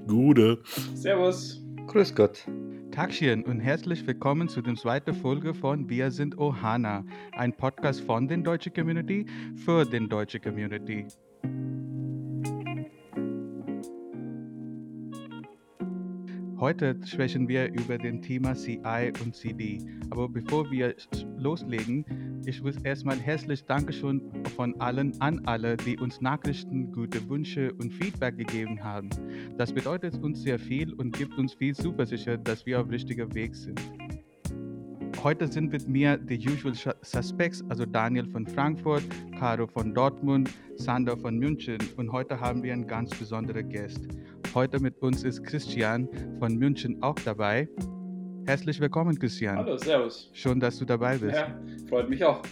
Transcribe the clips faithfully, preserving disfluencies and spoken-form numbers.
Gude. Servus. Grüß Gott. Tagchen und herzlich willkommen zu der zweiten Folge von Wir sind Ohana, ein Podcast von den Deutsche Community für den Deutsche Community. Heute sprechen wir über den Thema C I und C D. Aber bevor wir loslegen, ich will erstmal herzlich Dankeschön von allen an alle, die uns Nachrichten, gute Wünsche und Feedback gegeben haben. Das bedeutet uns sehr viel und gibt uns viel Zuversicht, dass wir auf richtiger Weg sind. Heute sind mit mir die Usual Suspects, also Daniel von Frankfurt, Caro von Dortmund, Sander von München und heute haben wir einen ganz besonderen Gast. Heute mit uns ist Christian von München auch dabei. Herzlich willkommen, Christian. Hallo, servus. Schön, dass du dabei bist. Ja, freut mich auch.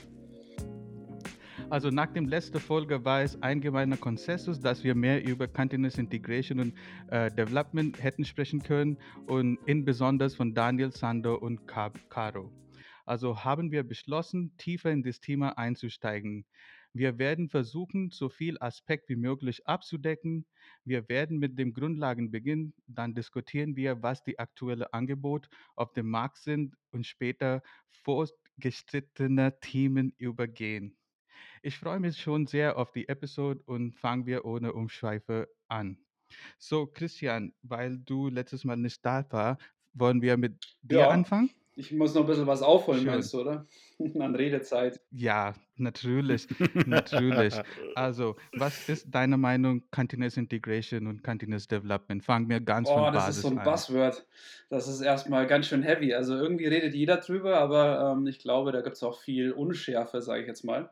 Also nach der letzten Folge war es allgemeiner Konsensus, dass wir mehr über Continuous Integration und äh, Development hätten sprechen können und insbesondere von Daniel, Sander und Caro. Also haben wir beschlossen, tiefer in das Thema einzusteigen. Wir werden versuchen, so viel Aspekt wie möglich abzudecken. Wir werden mit den Grundlagen beginnen, dann diskutieren wir, was die aktuellen Angebote auf dem Markt sind und später fortgeschrittene Themen übergehen. Ich freue mich schon sehr auf die Episode und fangen wir ohne Umschweife an. So, Christian, weil du letztes Mal nicht da warst, wollen wir mit dir Ja, anfangen? ich muss noch ein bisschen was aufholen, Schön. meinst du, oder? An Redezeit. Ja, natürlich, natürlich. Also, was ist deine Meinung Continuous Integration und Continuous Development? Fangen wir ganz Oh, von das ist so Basis ein an. Buzzword. Das ist erstmal ganz schön heavy. Also irgendwie redet jeder drüber, aber ähm, ich glaube, da gibt es auch viel Unschärfe, sage ich jetzt mal.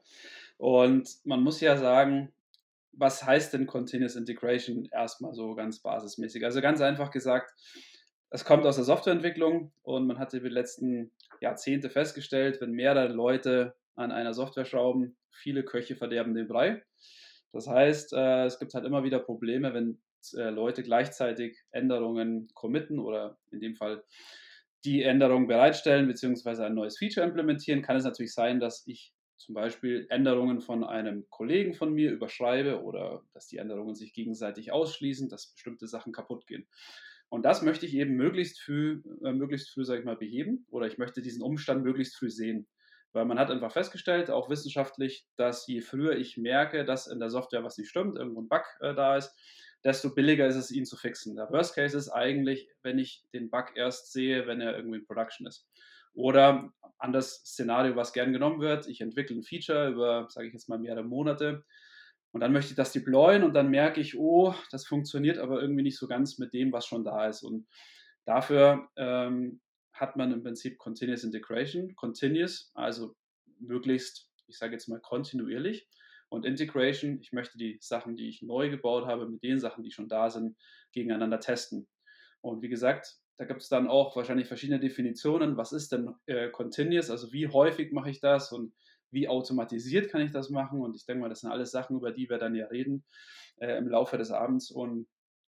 Und man muss ja sagen, was heißt denn Continuous Integration erstmal so ganz basismäßig? Also ganz einfach gesagt, es kommt aus der Softwareentwicklung und man hat über die letzten Jahrzehnte festgestellt, wenn mehrere Leute an einer Software schrauben, viele Köche verderben den Brei. Das heißt, äh, es gibt halt immer wieder Probleme, wenn äh, Leute gleichzeitig Änderungen committen oder in dem Fall die Änderungen bereitstellen beziehungsweise ein neues Feature implementieren, kann es natürlich sein, dass ich zum Beispiel Änderungen von einem Kollegen von mir überschreibe oder dass die Änderungen sich gegenseitig ausschließen, dass bestimmte Sachen kaputt gehen. Und das möchte ich eben möglichst früh, äh, möglichst früh, sage ich mal, beheben oder ich möchte diesen Umstand möglichst früh sehen. Weil man hat einfach festgestellt, auch wissenschaftlich, dass je früher ich merke, dass in der Software was nicht stimmt, irgendwo ein Bug äh, da ist, desto billiger ist es, ihn zu fixen. Der Worst Case ist eigentlich, wenn ich den Bug erst sehe, wenn er irgendwie in Production ist. Oder anderes Szenario, was gern genommen wird, ich entwickle ein Feature über, sage ich jetzt mal, mehrere Monate und dann möchte ich das deployen und dann merke ich, oh, das funktioniert aber irgendwie nicht so ganz mit dem, was schon da ist. Und dafür ähm, hat man im Prinzip Continuous Integration, Continuous, also möglichst, ich sage jetzt mal kontinuierlich. Und Integration, ich möchte die Sachen, die ich neu gebaut habe, mit den Sachen, die schon da sind, gegeneinander testen. Und wie gesagt, da gibt es dann auch wahrscheinlich verschiedene Definitionen. Was ist denn äh, Continuous? Also wie häufig mache ich das und wie automatisiert kann ich das machen? Und ich denke mal, das sind alles Sachen, über die wir dann ja reden äh, im Laufe des Abends. Und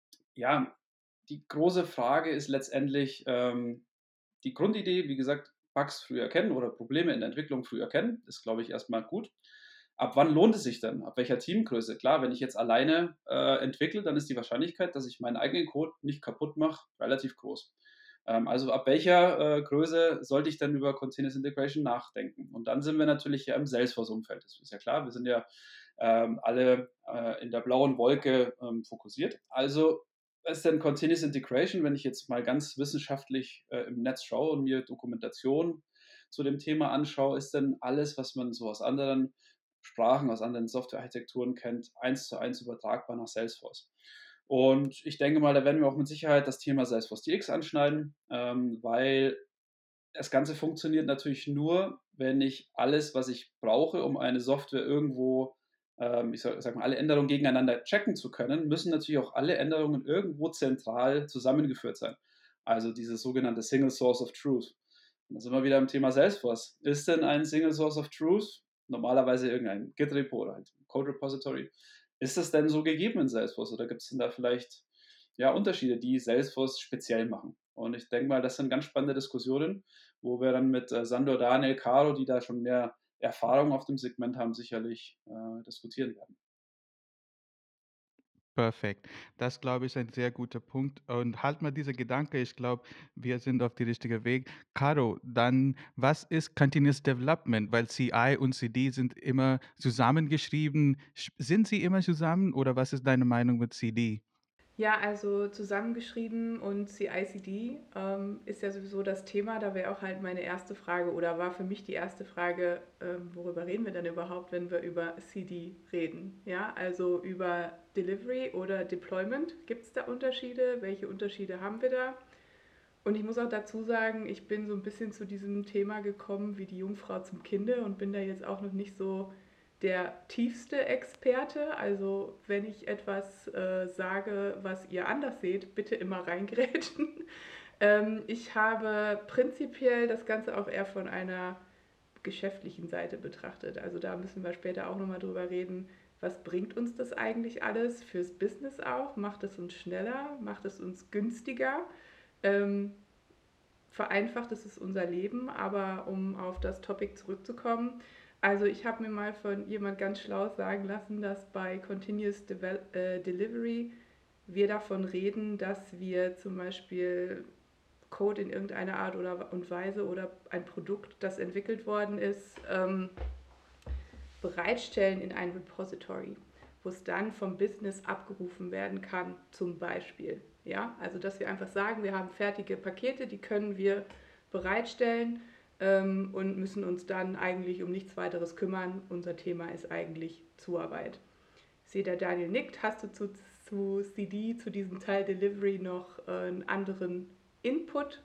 ja, die große Frage ist letztendlich ähm, die Grundidee, wie gesagt, Bugs früh erkennen oder Probleme in der Entwicklung früh erkennen, ist, glaube ich, erstmal gut. Ab wann lohnt es sich denn? Ab welcher Teamgröße? Klar, wenn ich jetzt alleine äh, entwickle, dann ist die Wahrscheinlichkeit, dass ich meinen eigenen Code nicht kaputt mache, relativ groß. Ähm, also ab welcher äh, Größe sollte ich dann über Continuous Integration nachdenken? Und dann sind wir natürlich ja im Salesforce-Umfeld. Das ist ja klar, wir sind ja ähm, alle äh, in der blauen Wolke ähm, fokussiert. Also was ist denn Continuous Integration, wenn ich jetzt mal ganz wissenschaftlich äh, im Netz schaue und mir Dokumentation zu dem Thema anschaue, ist denn alles, was man so aus anderen Sprachen, aus anderen Softwarearchitekturen kennt, eins zu eins übertragbar nach Salesforce. Und ich denke mal, da werden wir auch mit Sicherheit das Thema Salesforce D X anschneiden, ähm, weil das Ganze funktioniert natürlich nur, wenn ich alles, was ich brauche, um eine Software irgendwo, ähm, ich sag, sag mal, alle Änderungen gegeneinander checken zu können, müssen natürlich auch alle Änderungen irgendwo zentral zusammengeführt sein. Also dieses sogenannte Single Source of Truth. Und da sind wir wieder im Thema Salesforce. Ist denn ein Single Source of Truth, normalerweise irgendein Git-Repo oder halt Code Repository, ist das denn so gegeben in Salesforce oder gibt es denn da vielleicht ja, Unterschiede, die Salesforce speziell machen? Und ich denke mal, das sind ganz spannende Diskussionen, wo wir dann mit äh, Sandor, Daniel, Caro, die da schon mehr Erfahrung auf dem Segment haben, sicherlich äh, diskutieren werden. Perfekt. Das, glaube ich, ist ein sehr guter Punkt. Und halt mal dieser Gedanke, ich glaube, wir sind auf dem richtigen Weg. Caro, dann, was ist Continuous Development? Weil C I und C D sind immer zusammengeschrieben. Sch- Sind sie immer zusammen oder was ist deine Meinung mit C D? Ja, also zusammengeschrieben und C I C D ähm, ist ja sowieso das Thema. Da wäre auch halt meine erste Frage oder war für mich die erste Frage, ähm, worüber reden wir denn überhaupt, wenn wir über C D reden? Ja, also über Delivery oder Deployment. Gibt es da Unterschiede? Welche Unterschiede haben wir da? Und ich muss auch dazu sagen, ich bin so ein bisschen zu diesem Thema gekommen wie die Jungfrau zum Kinde und bin da jetzt auch noch nicht so der tiefste Experte. Also wenn ich etwas äh, sage, was ihr anders seht, bitte immer reingrätschen. ähm, ich habe prinzipiell das Ganze auch eher von einer geschäftlichen Seite betrachtet. Also da müssen wir später auch nochmal drüber reden, was bringt uns das eigentlich alles fürs Business auch? Macht es uns schneller? Macht es uns günstiger? Ähm, vereinfacht es unser Leben, aber um auf das Topic zurückzukommen, also ich habe mir mal von jemand ganz schlau sagen lassen, dass bei Continuous Devel äh, Delivery wir davon reden, dass wir zum Beispiel Code in irgendeiner Art oder und Weise oder ein Produkt, das entwickelt worden ist, ähm, bereitstellen in ein Repository, wo es dann vom Business abgerufen werden kann, zum Beispiel. Ja, also dass wir einfach sagen, wir haben fertige Pakete, die können wir bereitstellen ähm, und müssen uns dann eigentlich um nichts weiteres kümmern. Unser Thema ist eigentlich Zuarbeit. Ich sehe, der Daniel nickt. Hast du zu, zu C D, zu diesem Teil Delivery noch äh, einen anderen Input?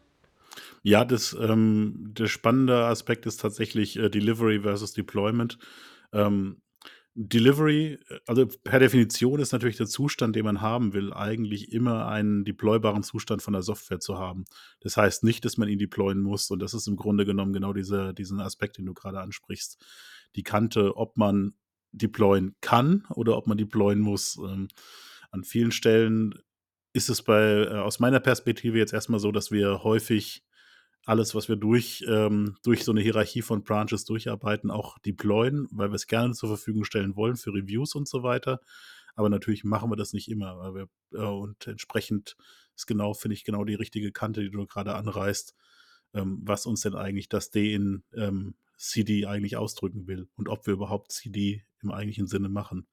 Ja, das, ähm der spannende Aspekt ist tatsächlich, äh, Delivery versus Deployment. Ähm, Delivery, äh, also per Definition ist natürlich der Zustand, den man haben will, eigentlich immer einen deploybaren Zustand von der Software zu haben. Das heißt nicht, dass man ihn deployen muss und das ist im Grunde genommen genau dieser diesen Aspekt, den du gerade ansprichst. Die Kante, ob man deployen kann oder ob man deployen muss. Ähm, an vielen Stellen ist es bei äh, aus meiner Perspektive jetzt erstmal so, dass wir häufig alles, was wir durch ähm, durch so eine Hierarchie von Branches durcharbeiten, auch deployen, weil wir es gerne zur Verfügung stellen wollen für Reviews und so weiter. Aber natürlich machen wir das nicht immer, weil wir äh, und entsprechend ist genau finde ich, genau die richtige Kante, die du gerade anreißt, ähm, was uns denn eigentlich das D in, ähm, C D eigentlich ausdrücken will und ob wir überhaupt C D im eigentlichen Sinne machen.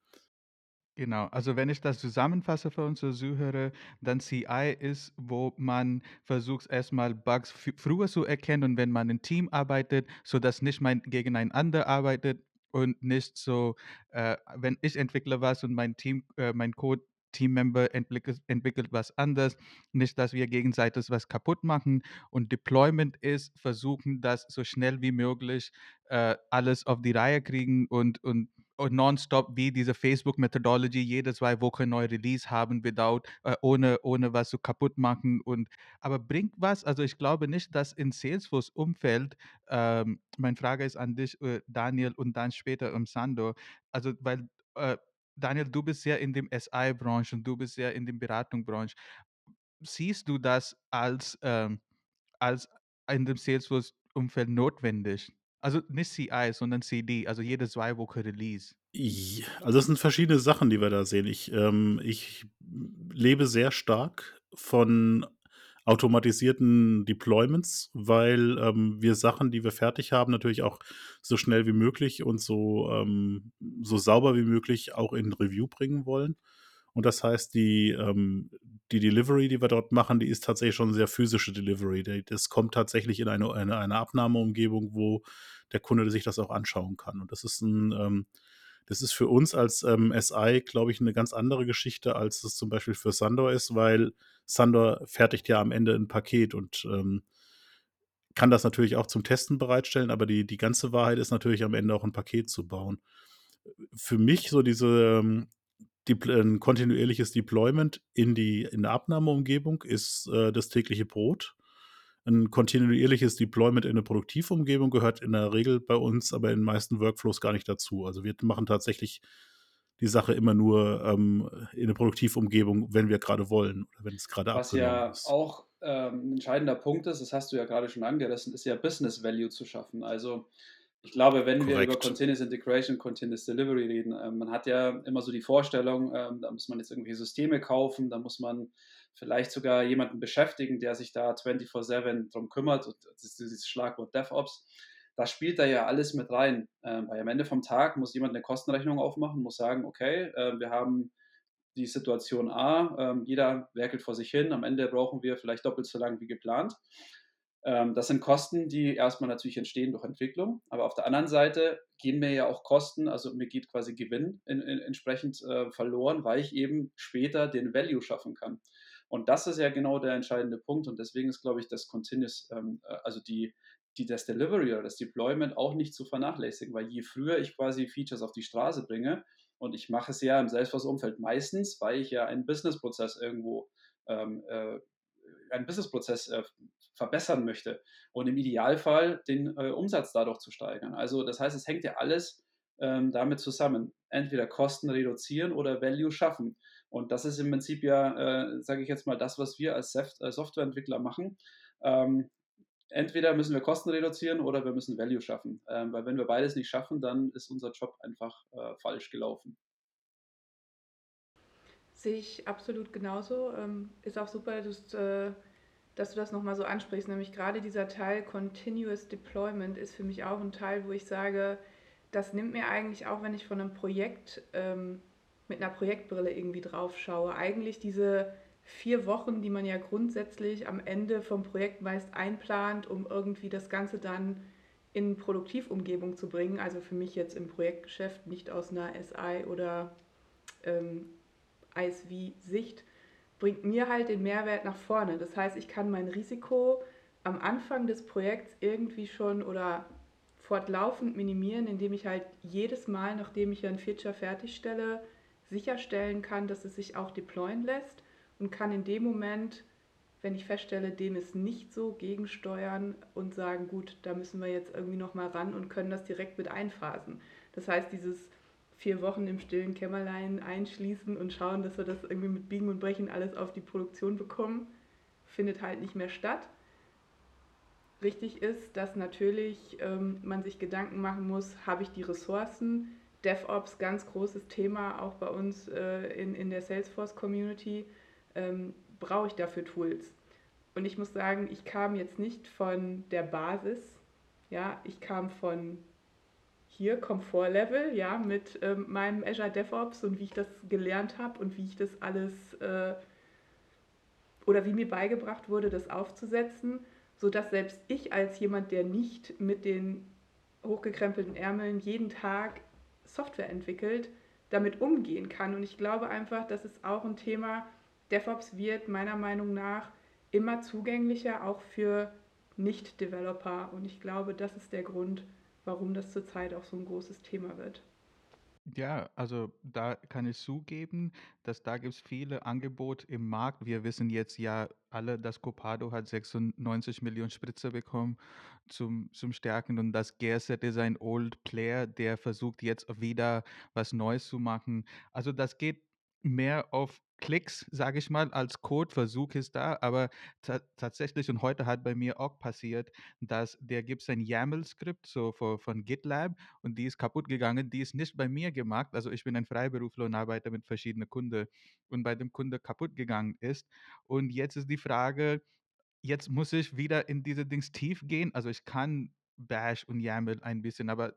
Genau, also wenn ich das zusammenfasse für unsere Zuhörer, dann C I ist, wo man versucht, erstmal Bugs f früher zu erkennen und wenn man im Team arbeitet, sodass nicht man gegeneinander arbeitet und nicht so, äh, wenn ich entwickle was und mein Team, äh, mein Code Teammember entwickelt, entwickelt was anderes, nicht, dass wir gegenseitig was kaputt machen. Und Deployment ist, versuchen, das so schnell wie möglich äh, alles auf die Reihe kriegen und, und und nonstop wie diese Facebook-Methodology jede zwei Wochen neu Release haben, without, äh, ohne, ohne was zu kaputt machen. Und, aber bringt was? Also ich glaube nicht, dass in Salesforce-Umfeld, ähm, meine Frage ist an dich, äh, Daniel, und dann später um Sandor, also weil, äh, Daniel, du bist ja in dem S I-Branche und du bist ja in der Beratungsbranche. Siehst du das als, ähm, als in dem Salesforce-Umfeld notwendig? Also nicht C I, sondern C D, also jede zwei Wochen Release. J Also, es sind verschiedene Sachen, die wir da sehen. Ich, ähm ich lebe sehr stark von automatisierten Deployments, weil, ähm, wir Sachen, die wir fertig haben, natürlich auch so schnell wie möglich und so, ähm so sauber wie möglich auch in Review bringen wollen. Und das heißt, die, ähm die Delivery, die wir dort machen, die ist tatsächlich schon sehr physische Delivery. D das kommt tatsächlich in eine eine eine Abnahmeumgebung, wo der Kunde sich das auch anschauen kann. Und das ist ein, ähm das ist für uns als, ähm, S I, glaube ich, eine ganz andere Geschichte, als es zum Beispiel für Sandor ist, weil Sandor fertigt ja am Ende ein Paket und, ähm, kann das natürlich auch zum Testen bereitstellen, aber die die ganze Wahrheit ist natürlich am Ende auch ein Paket zu bauen. Für mich so diese, ähm, Depl 'n kontinuierliches Deployment in die in der Abnahmeumgebung ist, äh, das tägliche Brot. Ein kontinuierliches Deployment in 'ne Produktivumgebung gehört in der Regel bei uns aber in den meisten Workflows gar nicht dazu. Also, wir machen tatsächlich die Sache immer nur, ähm, in 'ne Produktivumgebung, wenn wir grade wollen oder wenn es grade Was abgenommen ja ist. auch, ähm, 'n entscheidender Punkt ist, das hast du ja gerade schon angerissen, ist ja Business Value zu schaffen. Also, Ich glaube, wenn wir über Korrekt. Continuous Integration, Continuous Delivery reden, ähm, man hat ja immer so die Vorstellung, ähm, da muss man jetzt irgendwie Systeme kaufen, da muss man vielleicht sogar jemanden beschäftigen, der sich da vierundzwanzig sieben drum kümmert. Und das ist dieses Schlagwort DevOps. Das spielt da ja alles mit rein. Ähm, weil am Ende vom Tag muss jemand eine Kostenrechnung aufmachen, muss sagen, okay, äh, wir haben die Situation A, ähm, jeder werkelt vor sich hin, am Ende brauchen wir vielleicht doppelt so lang wie geplant. Ähm, das sind Kosten, die erstmal natürlich entstehen durch Entwicklung, aber auf der anderen Seite gehen mir ja auch Kosten, also mir geht quasi Gewinn in, in, entsprechend äh, verloren, weil ich eben später den Value schaffen kann. Und das ist ja genau der entscheidende Punkt und deswegen ist, glaube ich, das Continuous, ähm, äh, also die, die, das Delivery oder das Deployment auch nicht zu vernachlässigen, weil je früher ich quasi Features auf die Straße bringe, und ich mache es ja im Salesforce-Umfeld meistens, weil ich ja einen Business-Prozess irgendwo ähm, äh, einen Businessprozess äh, verbessern möchte und im Idealfall den äh, Umsatz dadurch zu steigern. Also das heißt, es hängt ja alles ähm, damit zusammen. Entweder Kosten reduzieren oder Value schaffen. Und das ist im Prinzip ja, äh, sage ich jetzt mal, das, was wir als Soft äh, Softwareentwickler machen. Ähm, entweder müssen wir Kosten reduzieren oder wir müssen Value schaffen. Ähm, weil wenn wir beides nicht schaffen, dann ist unser Job einfach äh, falsch gelaufen. Sehe ich absolut genauso. Ähm, ist auch super, dass, äh, dass du das nochmal so ansprichst. Nämlich gerade dieser Teil Continuous Deployment ist für mich auch ein Teil, wo ich sage, das nimmt mir eigentlich auch, wenn ich von einem Projekt ähm, mit einer Projektbrille irgendwie drauf schaue, eigentlich diese vier Wochen, die man ja grundsätzlich am Ende vom Projekt meist einplant, um irgendwie das Ganze dann in Produktivumgebung zu bringen. Also für mich jetzt im Projektgeschäft, nicht aus einer S I oder ähm, I S V-Sicht, bringt mir halt den Mehrwert nach vorne. Das heißt, ich kann mein Risiko am Anfang des Projekts irgendwie schon oder fortlaufend minimieren, indem ich halt jedes Mal, nachdem ich ein Feature fertigstelle, sicherstellen kann, dass es sich auch deployen lässt und kann in dem Moment, wenn ich feststelle, dem ist nicht so, gegensteuern und sagen, gut, da müssen wir jetzt irgendwie nochmal ran und können das direkt mit einphasen. Das heißt, dieses vier Wochen im stillen Kämmerlein einschließen und schauen, dass wir das irgendwie mit Biegen und Brechen alles auf die Produktion bekommen, findet halt nicht mehr statt. Richtig ist, dass natürlich ähm, man sich Gedanken machen muss, habe ich die Ressourcen? DevOps, ganz großes Thema, auch bei uns äh, in, in der Salesforce-Community. Ähm, brauche ich dafür Tools? Und ich muss sagen, ich kam jetzt nicht von der Basis, ja, ich kam von hier Komfortlevel, ja, mit ähm, meinem Azure DevOps und wie ich das gelernt habe und wie ich das alles äh, oder wie mir beigebracht wurde, das aufzusetzen, sodass selbst ich als jemand, der nicht mit den hochgekrempelten Ärmeln jeden Tag Software entwickelt, damit umgehen kann. Und ich glaube einfach, das ist auch ein Thema, DevOps wird meiner Meinung nach immer zugänglicher, auch für Nicht-Developer. Und ich glaube, das ist der Grund, warum das zurzeit auch so ein großes Thema wird. Ja, also da kann ich zugeben, dass da gibt es viele Angebote im Markt. Wir wissen jetzt ja alle, dass Copado hat sechsundneunzig Millionen Spritzer bekommen zum, zum Stärken und das Gearset ist ein Old Player, der versucht jetzt wieder was Neues zu machen. Also das geht mehr auf Klicks, sage ich mal, als Codeversuch ist da, aber ta tatsächlich und heute hat bei mir auch passiert, dass der gibt ein YAML-Skript so von, von GitLab und die ist kaputt gegangen. Die ist nicht bei mir gemacht. Also ich bin ein Freiberufler und arbeite mit verschiedenen Kunden und bei dem Kunde kaputt gegangen ist. Und jetzt ist die Frage, jetzt muss ich wieder in diese Dings tief gehen. Also ich kann Bash und YAML ein bisschen, aber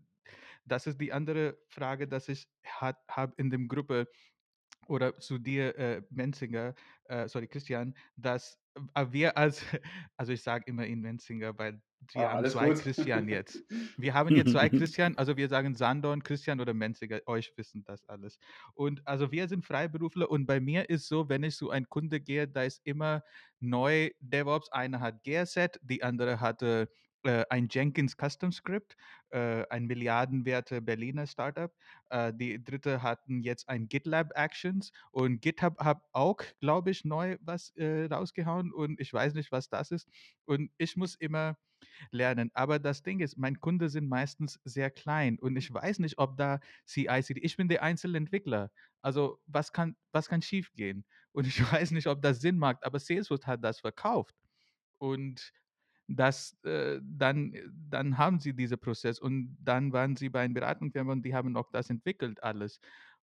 das ist die andere Frage, dass ich habe in dem Gruppe oder zu dir, äh, Menzinger, äh, sorry, Christian, dass äh, wir als, also ich sage immer in Menzinger, weil wir Ah, haben alles zwei gut. Christian jetzt. Wir haben jetzt zwei Christian, also wir sagen Sandorn, Christian oder Menzinger, euch wissen das alles. Und also wir sind Freiberufler und bei mir ist so, wenn ich zu einem Kunde gehe, da ist immer neu DevOps, einer hat Gearset, die andere hatte äh, ein Jenkins Custom Script, äh, ein milliardenwerte Berliner Startup. Äh, die dritte hatten jetzt ein GitLab Actions und GitHub hat auch, glaube ich, neu was äh, rausgehauen und ich weiß nicht, was das ist. Und ich muss immer lernen. Aber das Ding ist, meine Kunden sind meistens sehr klein und ich weiß nicht, ob da C I C D, ich bin der Einzelentwickler. Also was kann, was kann schiefgehen? Und ich weiß nicht, ob das Sinn macht, aber Salesforce hat das verkauft. Und das, äh, dann, dann haben sie diesen Prozess und dann waren sie bei einer Beratungsfirma und die haben auch das entwickelt alles.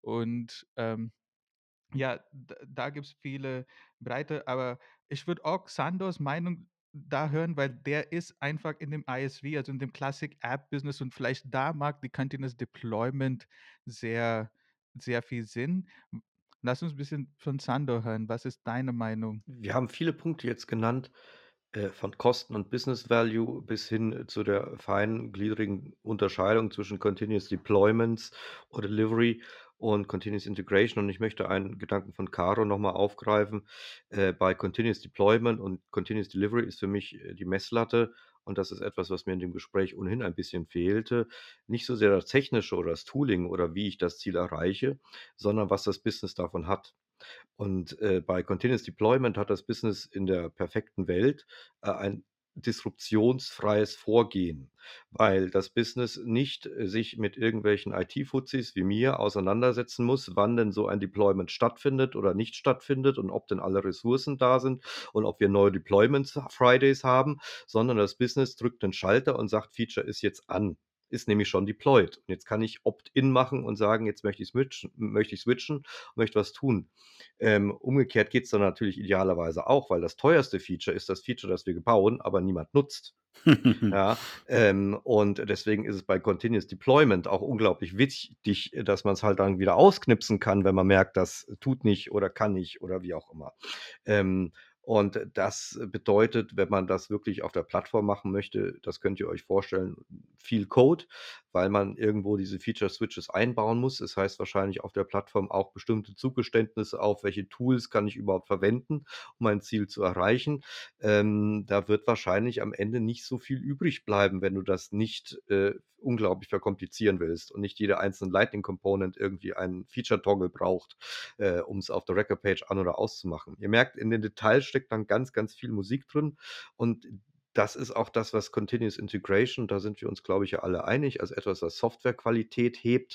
Und ähm, ja, d da gibt es viele Breite, aber ich würde auch Sandors Meinung da hören, weil der ist einfach in dem I S V, also in dem Classic App Business und vielleicht da mag die Continuous Deployment sehr, sehr viel Sinn. Lass uns ein bisschen von Sandor hören. Was ist deine Meinung? Wir haben viele Punkte jetzt genannt, äh, von Kosten und Business Value bis hin zu der feingliedrigen Unterscheidung zwischen Continuous Deployments oder Delivery und Continuous Integration. Und ich möchte einen Gedanken von Caro nochmal aufgreifen. Äh, bei Continuous Deployment und Continuous Delivery ist für mich äh, die Messlatte, und das ist etwas, was mir in dem Gespräch ohnehin ein bisschen fehlte, nicht so sehr das Technische oder das Tooling oder wie ich das Ziel erreiche, sondern was das Business davon hat. Und äh, bei Continuous Deployment hat das Business in der perfekten Welt äh, ein disruptionsfreies Vorgehen, weil das Business nicht äh, sich mit irgendwelchen I T-Fuzis wie mir auseinandersetzen muss, wann denn so ein Deployment stattfindet oder nicht stattfindet und ob denn alle Ressourcen da sind und ob wir neue Deployments Fridays haben, sondern das Business drückt den Schalter und sagt, Feature ist jetzt an. Ist nämlich schon deployed. Und jetzt kann ich Opt-in machen und sagen, jetzt möchte ich switchen, möchte ich switchen und möchte was tun. Ähm, umgekehrt geht es dann natürlich idealerweise auch, weil das teuerste Feature ist das Feature, das wir bauen, aber niemand nutzt. Ja, ähm, und deswegen ist es bei Continuous Deployment auch unglaublich wichtig, dass man es halt dann wieder ausknipsen kann, wenn man merkt, das tut nicht oder kann nicht oder wie auch immer. Ähm, und das bedeutet, wenn man das wirklich auf der Plattform machen möchte, das könnt ihr euch vorstellen, viel Code, weil man irgendwo diese Feature-Switches einbauen muss. Das heißt wahrscheinlich auf der Plattform auch bestimmte Zugeständnisse auf, welche Tools kann ich überhaupt verwenden, um mein Ziel zu erreichen. Ähm, da wird wahrscheinlich am Ende nicht so viel übrig bleiben, wenn du das nicht äh, unglaublich verkomplizieren willst und nicht jede einzelne Lightning Component irgendwie einen Feature-Toggle braucht, äh, um es auf der Record-Page an- oder auszumachen. Ihr merkt, in den Details steckt dann ganz, ganz viel Musik drin und das ist auch das, was Continuous Integration, da sind wir uns, glaube ich, ja alle einig, als etwas, was Softwarequalität hebt.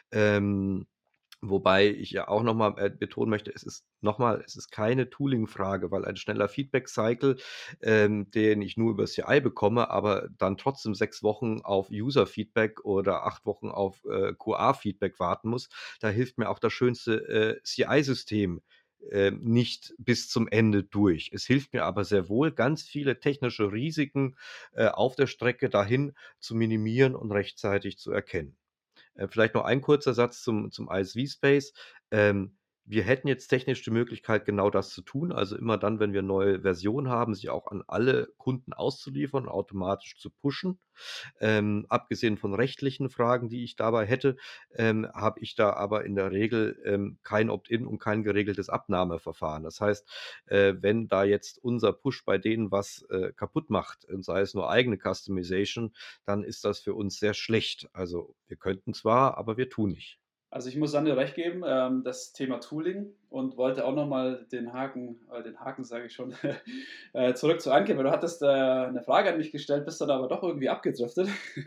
Ähm, Wobei ich ja auch nochmal äh, betonen möchte, es ist nochmal, es ist keine Tooling-Frage, weil ein schneller Feedback-Cycle, ähm, den ich nur über C I bekomme, aber dann trotzdem sechs Wochen auf User-Feedback oder acht Wochen auf äh, Q A-Feedback warten muss, da hilft mir auch das schönste äh, C I-System äh, nicht bis zum Ende durch. Es hilft mir aber sehr wohl, ganz viele technische Risiken äh, auf der Strecke dahin zu minimieren und rechtzeitig zu erkennen. Äh, vielleicht noch ein kurzer Satz zum, zum I S V-Space. Ähm, wir hätten jetzt technisch die Möglichkeit, genau das zu tun. Also immer dann, wenn wir neue Versionen haben, sie auch an alle Kunden auszuliefern und automatisch zu pushen. Ähm, abgesehen von rechtlichen Fragen, die ich dabei hätte, ähm, habe ich da aber in der Regel ähm, kein Opt-in und kein geregeltes Abnahmeverfahren. Das heißt, äh, wenn da jetzt unser Push bei denen was äh, kaputt macht, und sei es nur eigene Customization, dann ist das für uns sehr schlecht. Also wir könnten zwar, aber wir tun nicht. Also ich muss Sandro recht geben, ähm, das Thema Tooling, und wollte auch nochmal den Haken, äh, den Haken sage ich schon, äh, zurück zu Anke, weil du hattest äh, eine Frage an mich gestellt, bist dann aber doch irgendwie abgedriftet.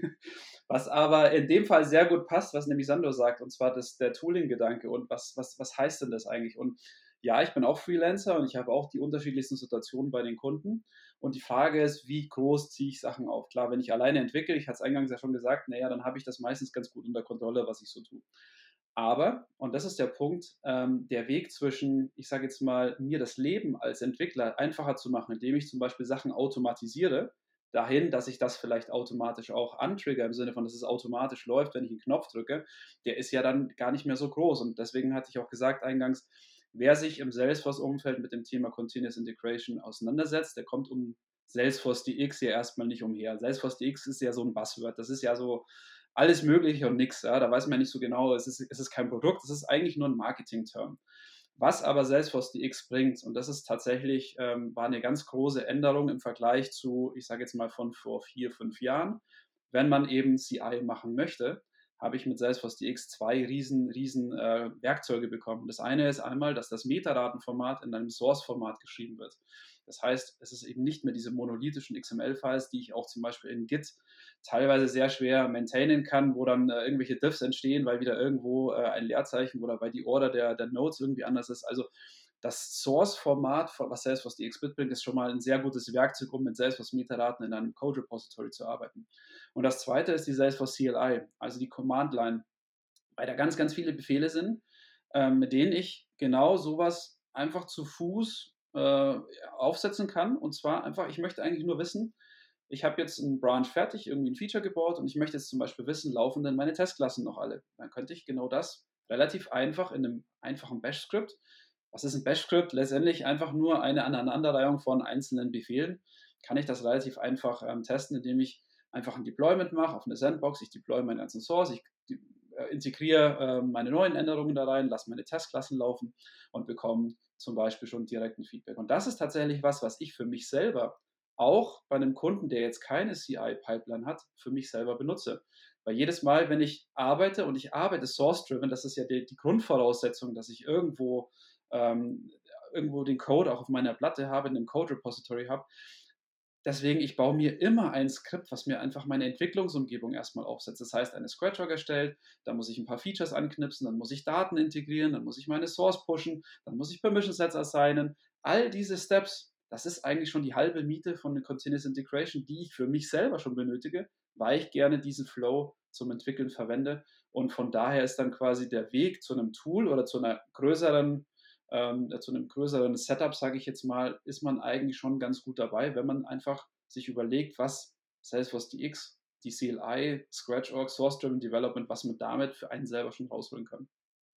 Was aber in dem Fall sehr gut passt, was nämlich Sandro sagt, und zwar das, der Tooling-Gedanke und was, was, was heißt denn das eigentlich? Und ja, ich bin auch Freelancer und ich habe auch die unterschiedlichsten Situationen bei den Kunden. Und die Frage ist, wie groß ziehe ich Sachen auf? Klar, wenn ich alleine entwickle, ich hatte es eingangs ja schon gesagt, naja, dann habe ich das meistens ganz gut unter Kontrolle, was ich so tue. Aber, und das ist der Punkt, ähm, der Weg zwischen, ich sage jetzt mal, mir das Leben als Entwickler einfacher zu machen, indem ich zum Beispiel Sachen automatisiere, dahin, dass ich das vielleicht automatisch auch antrigger, im Sinne von, dass es automatisch läuft, wenn ich einen Knopf drücke, der ist ja dann gar nicht mehr so groß. Und deswegen hatte ich auch gesagt eingangs, wer sich im Salesforce-Umfeld mit dem Thema Continuous Integration auseinandersetzt, der kommt um Salesforce D X ja erstmal nicht umher. Salesforce D X ist ja so ein Buzzword. Das ist ja so alles Mögliche und nichts. Ja? Da weiß man ja nicht so genau, es ist, es ist kein Produkt, es ist eigentlich nur ein Marketing-Term. Was aber Salesforce D X bringt, und das ist tatsächlich, ähm, war eine ganz große Änderung im Vergleich zu, ich sage jetzt mal von vor vier, fünf Jahren, wenn man eben C I machen möchte, habe ich mit Salesforce D X zwei riesen, riesen äh, Werkzeuge bekommen. Das eine ist einmal, dass das Metadatenformat in einem Source-Format geschrieben wird. Das heißt, es ist eben nicht mehr diese monolithischen X M L-Files, die ich auch zum Beispiel in Git teilweise sehr schwer maintainen kann, wo dann äh, irgendwelche Diffs entstehen, weil wieder irgendwo äh, ein Leerzeichen oder weil die Order der, der Nodes irgendwie anders ist. Also das Source-Format, was Salesforce D X mitbringt, ist schon mal ein sehr gutes Werkzeug, um mit Salesforce-Metadaten in einem Code-Repository zu arbeiten. Und das zweite ist die Salesforce C L I, also die Command-Line, weil da ganz, ganz viele Befehle sind, äh, mit denen ich genau sowas einfach zu Fuß äh, aufsetzen kann. Und zwar einfach, ich möchte eigentlich nur wissen, ich habe jetzt einen Branch fertig, irgendwie ein Feature gebaut und ich möchte jetzt zum Beispiel wissen, laufen denn meine Testklassen noch alle? Dann könnte ich genau das relativ einfach in einem einfachen Bash-Script. Was ist ein Bash-Script? Letztendlich einfach nur eine Aneinanderreihung von einzelnen Befehlen. Kann ich das relativ einfach ähm, testen, indem ich einfach ein Deployment mache auf eine Sandbox. Ich deploy meinen ganzen Source, ich äh, integriere äh, meine neuen Änderungen da rein, lasse meine Testklassen laufen und bekomme zum Beispiel schon direkt ein Feedback. Und das ist tatsächlich was, was ich für mich selber auch bei einem Kunden, der jetzt keine C I-Pipeline hat, für mich selber benutze. Weil jedes Mal, wenn ich arbeite, und ich arbeite source-driven, das ist ja die, die Grundvoraussetzung, dass ich irgendwo, ähm, irgendwo den Code auch auf meiner Platte habe, in einem Code-Repository habe. Deswegen, ich baue mir immer ein Skript, was mir einfach meine Entwicklungsumgebung erstmal aufsetzt. Das heißt, eine Scratch-Org erstellt, da muss ich ein paar Features anknipsen, dann muss ich Daten integrieren, dann muss ich meine Source pushen, dann muss ich Permission Sets assignen. All diese Steps, das ist eigentlich schon die halbe Miete von der Continuous Integration, die ich für mich selber schon benötige, weil ich gerne diesen Flow zum Entwickeln verwende. Und von daher ist dann quasi der Weg zu einem Tool oder zu einer größeren ähm, zu einem größeren Setup, sage ich jetzt mal, ist man eigentlich schon ganz gut dabei, wenn man einfach sich überlegt, was Salesforce D X, die C L I, Scratch.org, Source-Driven Development, was man damit für einen selber schon rausholen kann.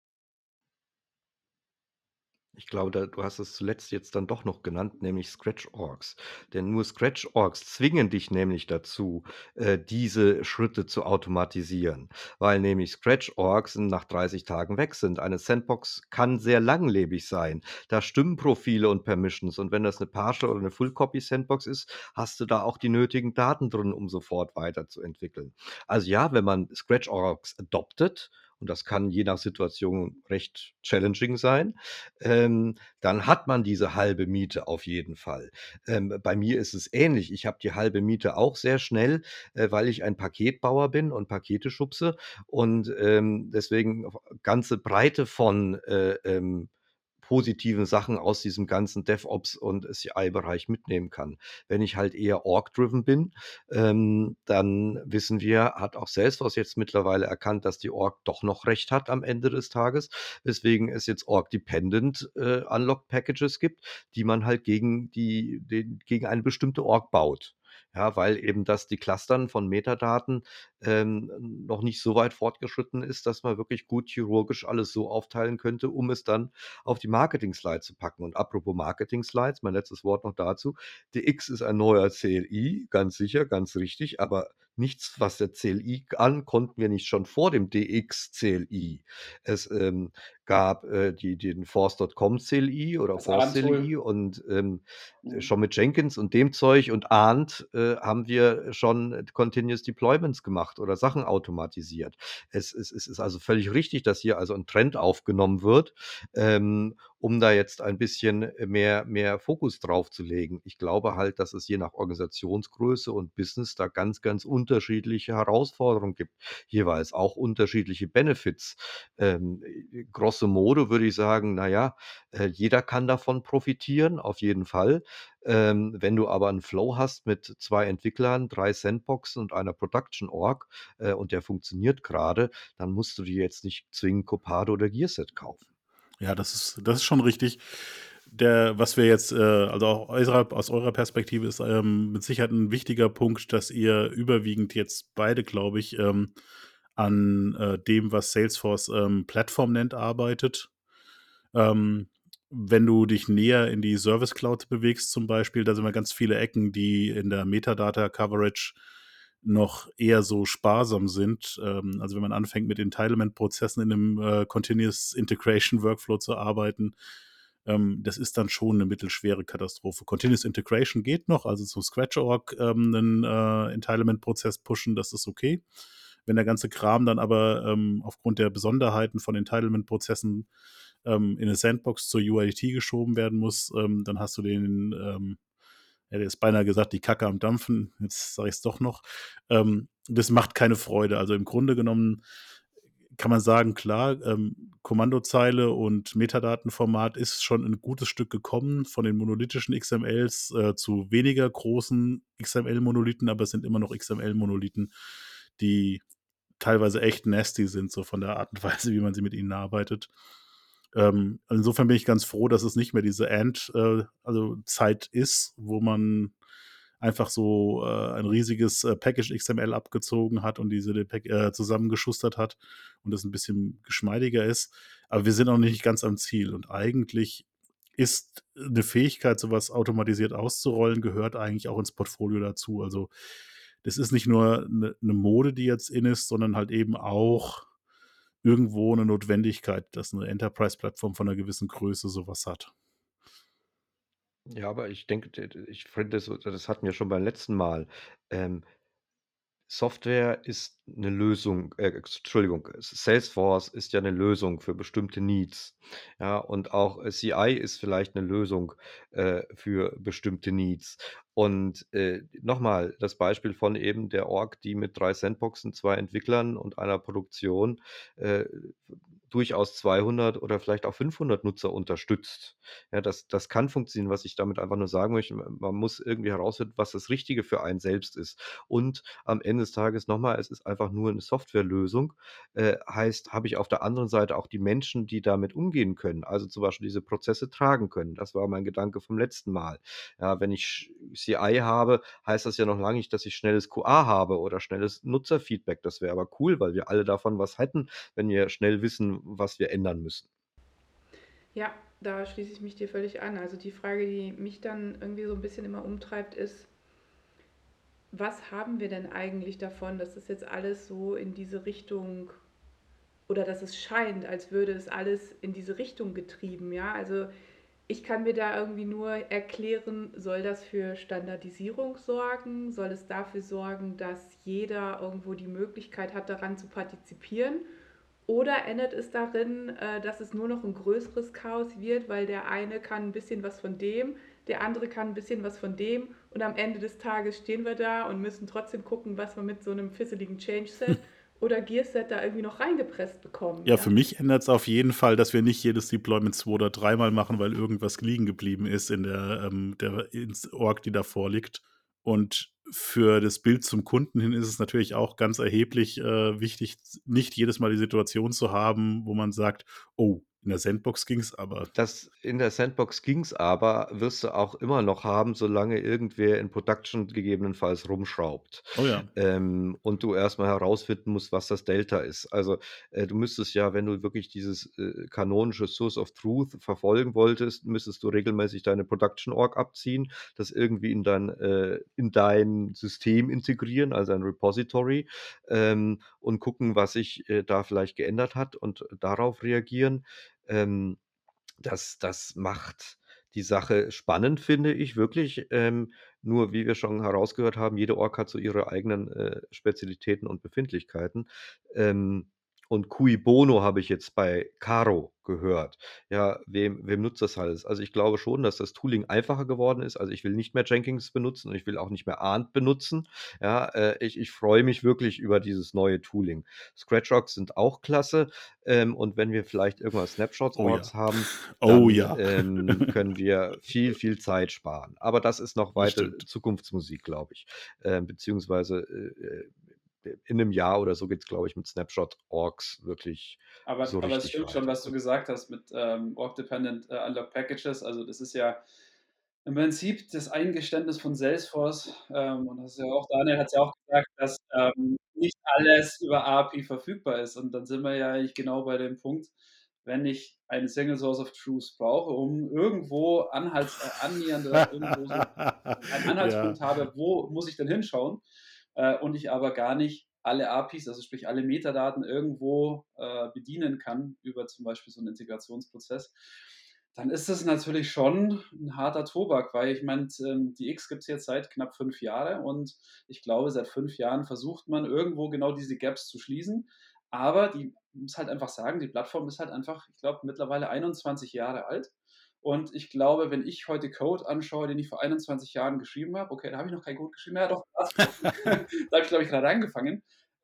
Ich glaube, da, du hast es zuletzt jetzt dann doch noch genannt, nämlich Scratch-Orgs. Denn nur Scratch-Orgs zwingen dich nämlich dazu, äh, diese Schritte zu automatisieren, weil nämlich Scratch-Orgs nach dreißig Tagen weg sind. Eine Sandbox kann sehr langlebig sein. Da stimmen Profile und Permissions. Und wenn das eine Partial oder eine Full-Copy-Sandbox ist, hast du da auch die nötigen Daten drin, um sofort weiterzuentwickeln. Also ja, wenn man Scratch-Orgs adoptet, und das kann je nach Situation recht challenging sein, ähm, dann hat man diese halbe Miete auf jeden Fall. Ähm, bei mir ist es ähnlich. Ich habe die halbe Miete auch sehr schnell, äh, weil ich ein Paketbauer bin und Pakete schubse und ähm, deswegen ganze Breite von äh, ähm, positiven Sachen aus diesem ganzen DevOps und C I-Bereich mitnehmen kann. Wenn ich halt eher Org-driven bin, ähm, dann wissen wir, hat auch Salesforce jetzt mittlerweile erkannt, dass die Org doch noch recht hat am Ende des Tages, weswegen es jetzt Org-Dependent äh, Unlock-Packages gibt, die man halt gegen, die, den, gegen eine bestimmte Org baut. Ja, weil eben das die Clustern von Metadaten ähm, noch nicht so weit fortgeschritten ist, dass man wirklich gut chirurgisch alles so aufteilen könnte, um es dann auf die Marketing-Slide zu packen. Und apropos Marketing-Slides, mein letztes Wort noch dazu. D X ist ein neuer C L I, ganz sicher, ganz richtig, aber nichts, was der C L I an, konnten wir nicht schon vor dem D X C L I. Es ähm, gab äh, die, den Force Punkt com C L I oder Das Force C L I Arndt-Tool. und ähm, Mhm. schon mit Jenkins und dem Zeug und Arndt äh, haben wir schon Continuous Deployments gemacht oder Sachen automatisiert. Es, es, es ist also völlig richtig, dass hier also ein Trend aufgenommen wird, ähm, um da jetzt ein bisschen mehr, mehr Fokus drauf zu legen. Ich glaube halt, dass es je nach Organisationsgröße und Business da ganz, ganz unterschiedliche Herausforderungen gibt. Jeweils auch unterschiedliche Benefits. Ähm, grosso modo würde ich sagen, naja, äh, jeder kann davon profitieren, auf jeden Fall. Ähm, wenn du aber einen Flow hast mit zwei Entwicklern, drei Sandboxen und einer Production Org äh, und der funktioniert gerade, dann musst du dir jetzt nicht zwingend Copado oder Gearset kaufen. Ja, das ist, das ist schon richtig. Der, was wir jetzt, äh, also auch eurer, aus eurer Perspektive ist ähm, mit Sicherheit ein wichtiger Punkt, dass ihr überwiegend jetzt beide, glaube ich, ähm, an äh, dem, was Salesforce ähm, Plattform nennt, arbeitet. Ähm, wenn du dich näher in die Service Cloud bewegst zum Beispiel, da sind wir ganz viele Ecken, die in der Metadata Coverage noch eher so sparsam sind. Ähm, also wenn man anfängt mit Entitlement-Prozessen in einem äh, Continuous Integration Workflow zu arbeiten, ähm, das ist dann schon eine mittelschwere Katastrophe. Continuous Integration geht noch, also zum Scratch.org ähm, einen äh, Entitlement-Prozess pushen, das ist okay. Wenn der ganze Kram dann aber ähm, aufgrund der Besonderheiten von Entitlement-Prozessen ähm, in eine Sandbox zur U I T geschoben werden muss, ähm, dann hast du den, ähm, ja, der ist beinahe gesagt, die Kacke am Dampfen, jetzt sage ich es doch noch. Ähm, das macht keine Freude. Also im Grunde genommen kann man sagen, klar, ähm, Kommandozeile und Metadatenformat ist schon ein gutes Stück gekommen von den monolithischen X M Ls äh, zu weniger großen X M L-Monolithen, aber es sind immer noch X M L-Monolithen, die teilweise echt nasty sind, so von der Art und Weise, wie man sie mit ihnen arbeitet. Ähm, insofern bin ich ganz froh, dass es nicht mehr diese End, äh, also Zeit ist, wo man einfach so äh, ein riesiges äh, Package X M L abgezogen hat und diese Pack äh, zusammengeschustert hat und das ein bisschen geschmeidiger ist. Aber wir sind noch nicht ganz am Ziel. Und eigentlich ist eine Fähigkeit, sowas automatisiert auszurollen, gehört eigentlich auch ins Portfolio dazu. Also das ist nicht nur eine ne Mode, die jetzt in ist, sondern halt eben auch irgendwo eine Notwendigkeit, dass eine Enterprise-Plattform von einer gewissen Größe sowas hat. Ja, aber ich denke, d d ich finde, so das hatten wir schon beim letzten Mal. Ähm, Software ist eine Lösung, äh, Entschuldigung, Salesforce ist ja eine Lösung für bestimmte Needs. Ja, und auch äh, C I ist vielleicht eine Lösung äh, für bestimmte Needs. Und äh, noch das Beispiel von eben der Org, die mit drei Sandboxen, zwei Entwicklern und einer Produktion äh, durchaus zweihundert oder vielleicht auch fünfhundert Nutzer unterstützt. Ja, das das kann funktionieren. Was ich damit einfach nur sagen möchte, man muss irgendwie herausfinden, was das Richtige für einen selbst ist. Und am Ende des Tages nochmal, es ist einfach nur eine Softwarelösung. Äh, heißt, habe ich auf der anderen Seite auch die Menschen, die damit umgehen können, also zum Beispiel diese Prozesse tragen können. Das war mein Gedanke vom letzten Mal. Ja, wenn ich C I habe, heißt das ja noch lange nicht, dass ich schnelles Q A habe oder schnelles Nutzerfeedback. Das wäre aber cool, weil wir alle davon was hätten, wenn wir schnell wissen, was wir ändern müssen. Ja, da schließe ich mich dir völlig an. Also die Frage, die mich dann irgendwie so ein bisschen immer umtreibt, ist, was haben wir denn eigentlich davon, dass das jetzt alles so in diese Richtung oder dass es scheint, als würde es alles in diese Richtung getrieben, ja? Also ich kann mir da irgendwie nur erklären, soll das für Standardisierung sorgen? Soll es dafür sorgen, dass jeder irgendwo die Möglichkeit hat, daran zu partizipieren? Oder endet es darin, äh, dass es nur noch ein größeres Chaos wird, weil der eine kann ein bisschen was von dem, der andere kann ein bisschen was von dem und am Ende des Tages stehen wir da und müssen trotzdem gucken, was wir mit so einem fisseligen Change-Set oder Gear-Set da irgendwie noch reingepresst bekommen. Ja, für Ja? mich ändert es auf jeden Fall, dass wir nicht jedes Deployment zwei oder dreimal machen, weil irgendwas liegen geblieben ist in der, ähm, der ins Org, die davor liegt. Und für das Bild zum Kunden hin ist es natürlich auch ganz erheblich äh, wichtig, nicht jedes Mal die Situation zu haben, wo man sagt, oh, in der Sandbox ging es aber. Das in der Sandbox ging's aber, wirst du auch immer noch haben, solange irgendwer in Production gegebenenfalls rumschraubt. Oh ja. Ähm, und du erst mal herausfinden musst, was das Delta ist. Also, äh, du müsstest ja, wenn du wirklich dieses, äh, kanonische Source of Truth verfolgen wolltest, müsstest du regelmäßig deine Production Org abziehen, das irgendwie in dein äh, in dein System integrieren, also ein Repository, ähm, und gucken, was sich, äh, da vielleicht geändert hat und darauf reagieren. Ähm das das macht die Sache spannend, finde ich wirklich. Ähm, nur wie wir schon herausgehört haben, jede Org hat so ihre eigenen, äh, Spezialitäten und Befindlichkeiten. Ähm, und cui bono habe ich jetzt bei Caro gehört. Ja, wem wem nutzt das alles? Also, ich glaube schon, dass das Tooling einfacher geworden ist. Also, ich will nicht mehr Jenkins benutzen und ich will auch nicht mehr Arndt benutzen. Ja, äh, ich ich freue mich wirklich über dieses neue Tooling. ScratchRocks sind auch klasse. Ähm, und wenn wir vielleicht irgendwann Oh ja. Snapshots-Orgs haben, Oh dann ja. ähm, können wir viel, viel Zeit sparen. Aber das ist noch Das weite stimmt. Zukunftsmusik, glaube ich. Ähm, beziehungsweise äh, äh, in einem Jahr oder so geht es, glaube ich, mit Snapshot-Orgs wirklich Aber, so aber es richtig stimmt schon, weiter. was du gesagt hast mit ähm, Org-Dependent äh, Unlock Packages. Also das ist ja im Prinzip das Eingeständnis von Salesforce. Ähm, und das ist ja auch, Daniel hat es ja auch gesagt, dass ähm, nicht alles über A P I verfügbar ist. Und dann sind wir ja eigentlich genau bei dem Punkt, wenn ich eine Single Source of Truth brauche, um irgendwo Anhalts, äh, annähernd oder irgendwo so einen Ja. Anhaltspunkt habe, wo muss ich denn hinschauen, äh, und ich aber gar nicht alle A P Is, also sprich alle Metadaten irgendwo äh, bedienen kann über zum Beispiel so einen Integrationsprozess, dann ist das natürlich schon ein harter Tobak, weil ich meine, ähm, die X gibt es jetzt seit knapp fünf Jahren und ich glaube, seit fünf Jahren versucht man irgendwo genau diese Gaps zu schließen. Aber die muss halt einfach sagen, die Plattform ist halt einfach, ich glaube, mittlerweile einundzwanzig Jahre alt. Und ich glaube, wenn ich heute Code anschaue, den ich vor einundzwanzig Jahren geschrieben habe, okay, da habe ich noch kein Code geschrieben, ja doch, da habe ich, glaube ich, gerade angefangen,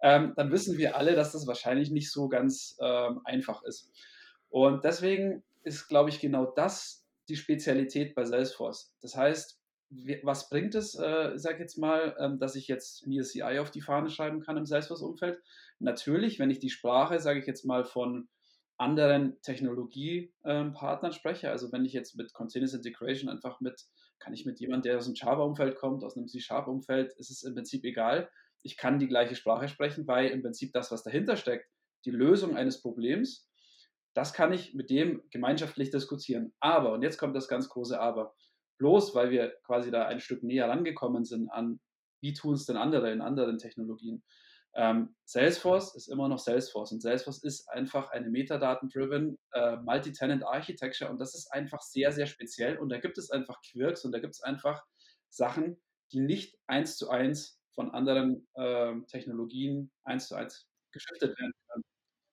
ähm, dann wissen wir alle, dass das wahrscheinlich nicht so ganz ähm, einfach ist. Und deswegen ist, glaube ich, genau das die Spezialität bei Salesforce. Das heißt, wie- was bringt es, äh, sag jetzt mal, ähm, dass ich jetzt mir C I auf die Fahne schreiben kann im Salesforce-Umfeld? Natürlich, wenn ich die Sprache, sage ich jetzt mal, von anderen Technologiepartnern spreche, also wenn ich jetzt mit Continuous Integration einfach mit, kann ich mit jemandem, der aus dem Java-Umfeld kommt, aus einem C-Sharp-Umfeld, ist es im Prinzip egal. Ich kann die gleiche Sprache sprechen, weil im Prinzip das, was dahinter steckt, die Lösung eines Problems, das kann ich mit dem gemeinschaftlich diskutieren. Aber, und jetzt kommt das ganz große Aber, bloß weil wir quasi da ein Stück näher rangekommen sind an, wie tun es denn andere in anderen Technologien. Ähm, Salesforce ist immer noch Salesforce und Salesforce ist einfach eine Metadaten-driven äh, Multi-Tenant Architecture und das ist einfach sehr, sehr speziell und da gibt es einfach Quirks und da gibt es einfach Sachen, die nicht eins zu eins von anderen äh, Technologien eins zu eins geschiftet werden können.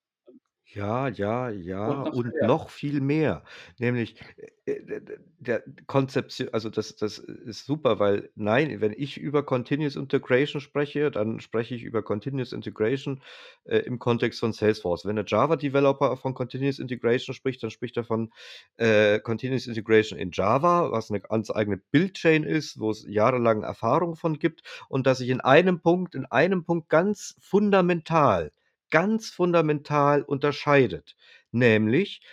Ja, ja, ja Und noch und mehr. noch viel mehr. Nämlich, äh, äh, d der Konzeptio also das das ist super, weil nein, wenn ich über Continuous Integration spreche, dann spreche ich über Continuous Integration, äh, im Kontext von Salesforce. Wenn der Java-Developer von Continuous Integration spricht, dann spricht er von, äh, Continuous Integration in Java, was eine ganz eigene Build-Chain ist, wo es jahrelang Erfahrung von gibt und dass sich in einem Punkt in einem Punkt ganz fundamental ganz fundamental unterscheidet. Nämlich,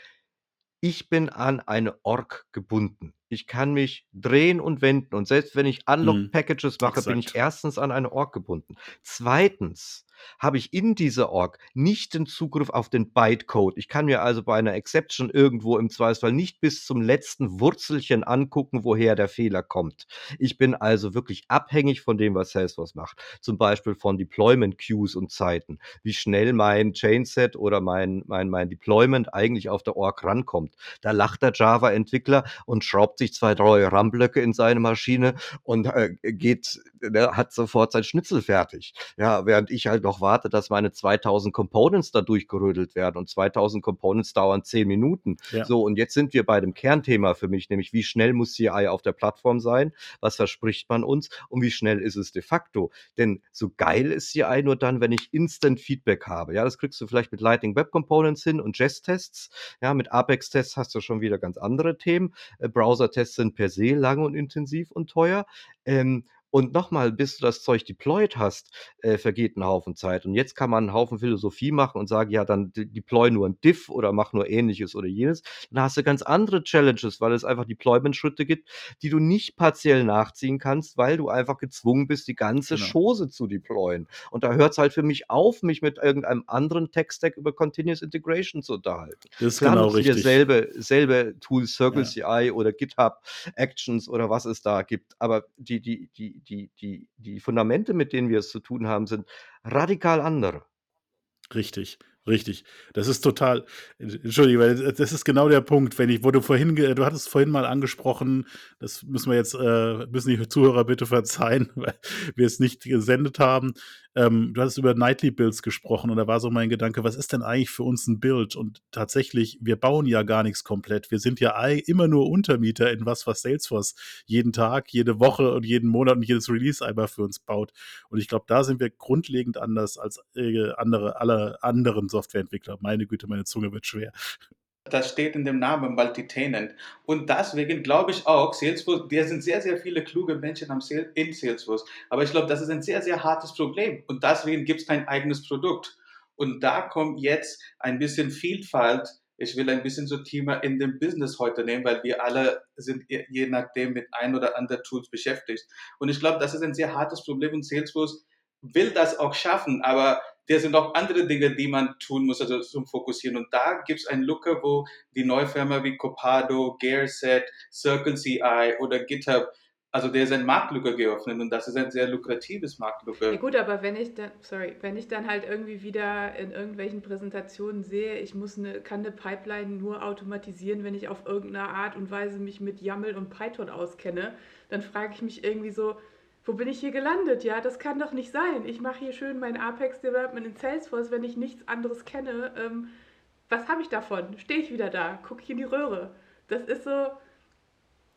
ich bin an eine Org gebunden. Ich kann mich drehen und wenden und selbst wenn ich Mhm. Unlock-Packages mache, bin ich Exakt. erstens an eine Org gebunden. Zweitens habe ich in dieser Org nicht den Zugriff auf den Bytecode. Ich kann mir also bei einer Exception irgendwo im Zweifelsfall nicht bis zum letzten Wurzelchen angucken, woher der Fehler kommt. Ich bin also wirklich abhängig von dem, was Salesforce macht. Zum Beispiel von Deployment Queues und Zeiten, wie schnell mein Chainset oder mein, mein, mein Deployment eigentlich auf der Org rankommt. Da lacht der Java-Entwickler und schraubt sich zwei, drei RAM-Blöcke in seine Maschine und äh, geht, ne, hat sofort sein Schnitzel fertig. Ja, während ich halt noch warte, dass meine zweitausend Components da durchgerödelt werden und zweitausend Components dauern zehn Minuten. Ja. So, und jetzt sind wir bei dem Kernthema für mich, nämlich wie schnell muss C I auf der Plattform sein, was verspricht man uns und wie schnell ist es de facto. Denn so geil ist C I nur dann, wenn ich Instant Feedback habe. Ja, das kriegst du vielleicht mit Lightning Web Components hin und Jest-Tests. Ja, mit Apex-Tests hast du schon wieder ganz andere Themen. Äh, Browser-Tests sind per se lang und intensiv und teuer. Ähm, und nochmal, bis du das Zeug deployed hast, äh, vergeht ein Haufen Zeit. Und jetzt kann man einen Haufen Philosophie machen und sagen, ja, dann de deploy nur ein Diff oder mach nur ähnliches oder jenes. Dann hast du ganz andere Challenges, weil es einfach Deployment-Schritte gibt, die du nicht partiell nachziehen kannst, weil du einfach gezwungen bist, die ganze Genau. Chose zu deployen. Und da hört es halt für mich auf, mich mit irgendeinem anderen Tech-Stack über Continuous Integration zu unterhalten. Das ist Klar genau nutzen wir richtig. selbe, selbe Tools, Circle Ja. C I oder GitHub Actions oder was es da gibt. Aber die, die, die, die, die, die Fundamente, mit denen wir es zu tun haben, sind radikal andere. Richtig, richtig. Das ist total Entschuldige, weil das ist genau der Punkt, wenn ich wo du vorhin ge du hattest vorhin mal angesprochen, das müssen wir jetzt äh, müssen die Zuhörer bitte verzeihen, weil wir es nicht gesendet haben. Ähm, du hattest über Nightly Builds gesprochen und da war so mein Gedanke: „Was ist denn eigentlich für uns ein Build?“ Und tatsächlich, wir bauen ja gar nichts komplett. Wir sind ja ei immer nur Untermieter in was, was Salesforce jeden Tag, jede Woche und jeden Monat und jedes Release einmal für uns baut. Und ich glaube, da sind wir grundlegend anders als äh, andere, alle anderen Softwareentwickler. Meine Güte, meine Zunge wird schwer. Das steht in dem Namen Multitenant. Und deswegen glaube ich auch, Salesforce, da sind sehr, sehr viele kluge Menschen am Sale, in Salesforce. Aber ich glaube, das ist ein sehr, sehr hartes Problem. Und deswegen gibt es kein eigenes Produkt. Und da kommt jetzt ein bisschen Vielfalt. Ich will ein bisschen so Thema in dem Business heute nehmen, weil wir alle sind je nachdem mit ein oder anderen Tools beschäftigt. Und ich glaube, das ist ein sehr hartes Problem und Salesforce will das auch schaffen, aber der sind auch andere Dinge, die man tun muss, also zum Fokussieren. Und da gibt es eine Lücke, wo die neue Firma wie Copado, Gearset, Circle C I oder GitHub, also der ist eine Marktlücke geöffnet und das ist ein sehr lukratives Marktlücke. Ja gut, aber wenn ich dann, sorry, wenn ich dann halt irgendwie wieder in irgendwelchen Präsentationen sehe, ich muss eine, kann eine Pipeline nur automatisieren, wenn ich auf irgendeine Art und Weise mich mit YAML und Python auskenne, dann frage ich mich irgendwie so, wo bin ich hier gelandet? Ja, das kann doch nicht sein. Ich mache hier schön mein Apex Development in Salesforce, wenn ich nichts anderes kenne. Ähm, was habe ich davon? Stehe ich wieder da, gucke ich in die Röhre. Das ist so,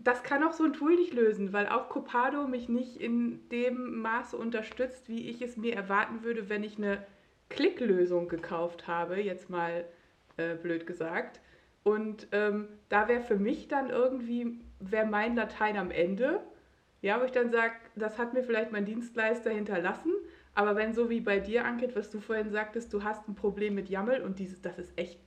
das kann auch so ein Tool nicht lösen, weil auch Copado mich nicht in dem Maße unterstützt, wie ich es mir erwarten würde, wenn ich eine Klicklösung gekauft habe, jetzt mal äh, blöd gesagt. Und ähm, da wäre für mich dann irgendwie, wäre mein Latein am Ende, ja, wo ich dann sage, das hat mir vielleicht mein Dienstleister hinterlassen, aber wenn so wie bei dir, Ankit, was du vorhin sagtest, du hast ein Problem mit YAML und dieses, das ist echt,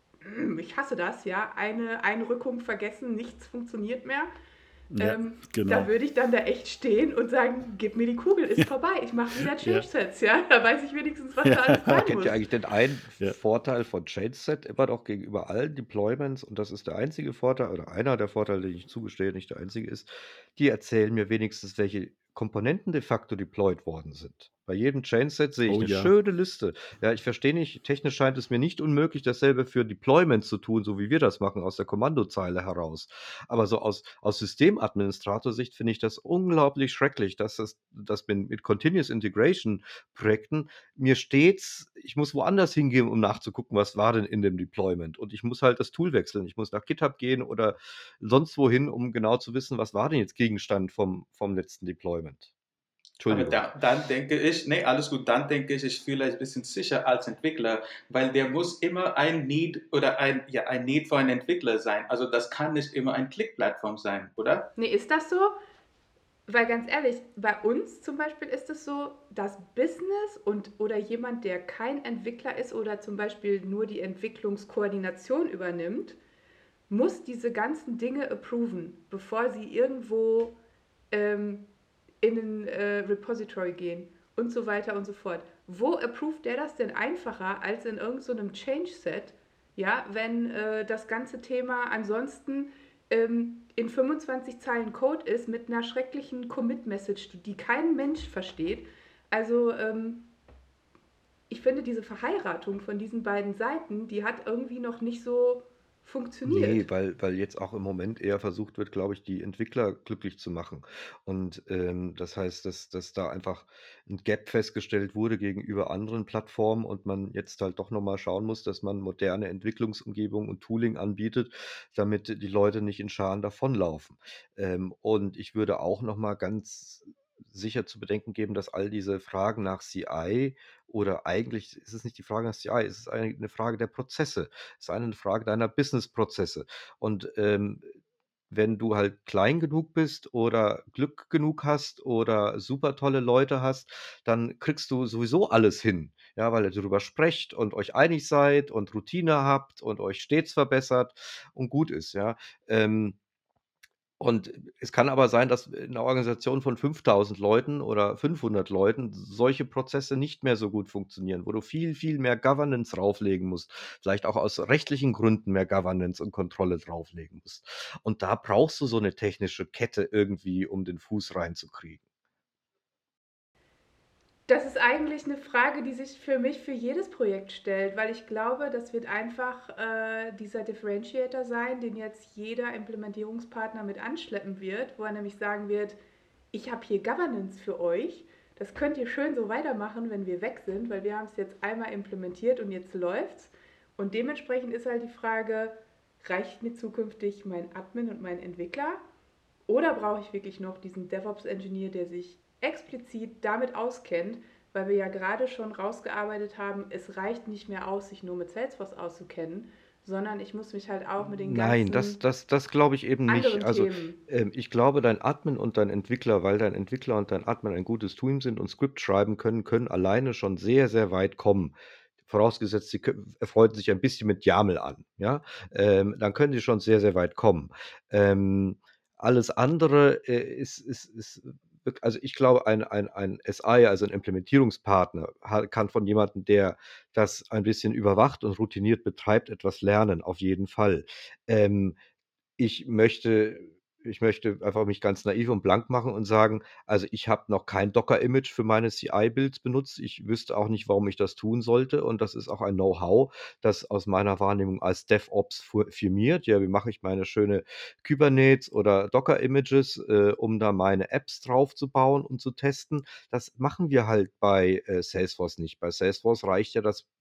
ich hasse das, ja, eine Einrückung vergessen, nichts funktioniert mehr. Ja, Ähm, genau. Da würde ich dann da echt stehen und sagen, gib mir die Kugel, ist vorbei, ich mache wieder Change-Sets, ja, da weiß ich wenigstens, was da alles Man rein kennt muss. ja eigentlich den einen Ja. Vorteil von ChangeSet immer noch gegenüber allen Deployments, und das ist der einzige Vorteil oder einer der Vorteile, den ich zugestehe, nicht der einzige ist, die erzählen mir wenigstens, welche Komponenten de facto deployed worden sind. Bei jedem Changeset sehe ich Oh eine ja. schöne Liste. Ja, ich verstehe nicht, technisch scheint es mir nicht unmöglich, dasselbe für Deployments zu tun, so wie wir das machen, aus der Kommandozeile heraus. Aber so aus, aus Systemadministrator-Sicht finde ich das unglaublich schrecklich, dass das dass mit, mit Continuous Integration Projekten mir stets, ich muss woanders hingehen, um nachzugucken, was war denn in dem Deployment. Und ich muss halt das Tool wechseln. Ich muss nach GitHub gehen oder sonst wohin, um genau zu wissen, was war denn jetzt Gegenstand vom, vom letzten Deployment. Aber Entschuldigung. da, dann denke ich, nee, alles gut, dann denke ich, ich fühle mich ein bisschen sicher als Entwickler, weil der muss immer ein Need oder ein, ja, ein Need für einen Entwickler sein. Also das kann nicht immer eine Klickplattform sein, oder? Nee, ist das so? Weil ganz ehrlich, bei uns zum Beispiel ist es so, dass Business und oder jemand, der kein Entwickler ist oder zum Beispiel nur die Entwicklungskoordination übernimmt, muss diese ganzen Dinge approven, bevor sie irgendwo ähm, in ein äh, Repository gehen und so weiter und so fort. Wo approved der das denn einfacher als in irgendeinem so Change-Set, ja, wenn äh, das ganze Thema ansonsten ähm, in fünfundzwanzig Zeilen Code ist mit einer schrecklichen Commit-Message, die kein Mensch versteht. Also ähm, ich finde, diese Verheiratung von diesen beiden Seiten, die hat irgendwie noch nicht so funktioniert. Nee, weil, weil jetzt auch im Moment eher versucht wird, glaube ich, die Entwickler glücklich zu machen. Und ähm, das heißt, dass, dass da einfach ein Gap festgestellt wurde gegenüber anderen Plattformen und man jetzt halt doch nochmal schauen muss, dass man moderne Entwicklungsumgebungen und Tooling anbietet, damit die Leute nicht in Scharen davonlaufen. Ähm, und ich würde auch nochmal ganz sicher zu bedenken geben, dass all diese Fragen nach C I oder eigentlich ist es nicht die Frage nach C I, es ist eigentlich eine Frage der Prozesse. Es ist eine Frage deiner Business-Prozesse. Und ähm, wenn du halt klein genug bist oder Glück genug hast oder super tolle Leute hast, dann kriegst du sowieso alles hin. Ja, weil ihr darüber sprecht und euch einig seid und Routine habt und euch stets verbessert und gut ist, ja. Ähm, und es kann aber sein, dass in einer Organisation von fünftausend Leuten oder fünfhundert Leuten solche Prozesse nicht mehr so gut funktionieren, wo du viel, viel mehr Governance drauflegen musst, vielleicht auch aus rechtlichen Gründen mehr Governance und Kontrolle drauflegen musst. Und da brauchst du so eine technische Kette irgendwie, um den Fuß reinzukriegen. Das ist eigentlich eine Frage, die sich für mich für jedes Projekt stellt, weil ich glaube, das wird einfach äh, dieser Differentiator sein, den jetzt jeder Implementierungspartner mit anschleppen wird, wo er nämlich sagen wird, ich habe hier Governance für euch, das könnt ihr schön so weitermachen, wenn wir weg sind, weil wir haben es jetzt einmal implementiert und jetzt läuft's. Und dementsprechend ist halt die Frage, reicht mir zukünftig mein Admin und mein Entwickler? Oder brauche ich wirklich noch diesen DevOps-Engineer, der sich explizit damit auskennt, weil wir ja gerade schon rausgearbeitet haben, es reicht nicht mehr aus, sich nur mit Salesforce auszukennen, sondern ich muss mich halt auch mit den Nein, das, ganzen das, das glaube ich eben anderen nicht. Also Themen. ähm, ich glaube, dein Admin und dein Entwickler, weil dein Entwickler und dein Admin ein gutes Team sind und Skript schreiben können, können alleine schon sehr, sehr weit kommen. Vorausgesetzt, sie kö- erfreuen sich ein bisschen mit YAML an, ja, ähm, dann können sie schon sehr, sehr weit kommen. Ähm, alles andere äh, ist, ist, ist, wirk- also ich glaube, ein, ein, ein S I, also ein Implementierungspartner, ha- kann von jemandem, der das ein bisschen überwacht und routiniert betreibt, etwas lernen, auf jeden Fall. Ähm, ich möchte ich möchte einfach mich ganz naiv und blank machen und sagen, also ich habe noch kein Docker-Image für meine C I-Builds benutzt. Ich wüsste auch nicht, warum ich das tun sollte. Und das ist auch ein Know-how, das aus meiner Wahrnehmung als DevOps fu- firmiert. Ja, wie mache ich meine schöne Kubernetes oder Docker-Images, äh, um da meine Apps draufzubauen und zu testen? Das machen wir halt bei äh, Salesforce nicht. Bei Salesforce reicht ja das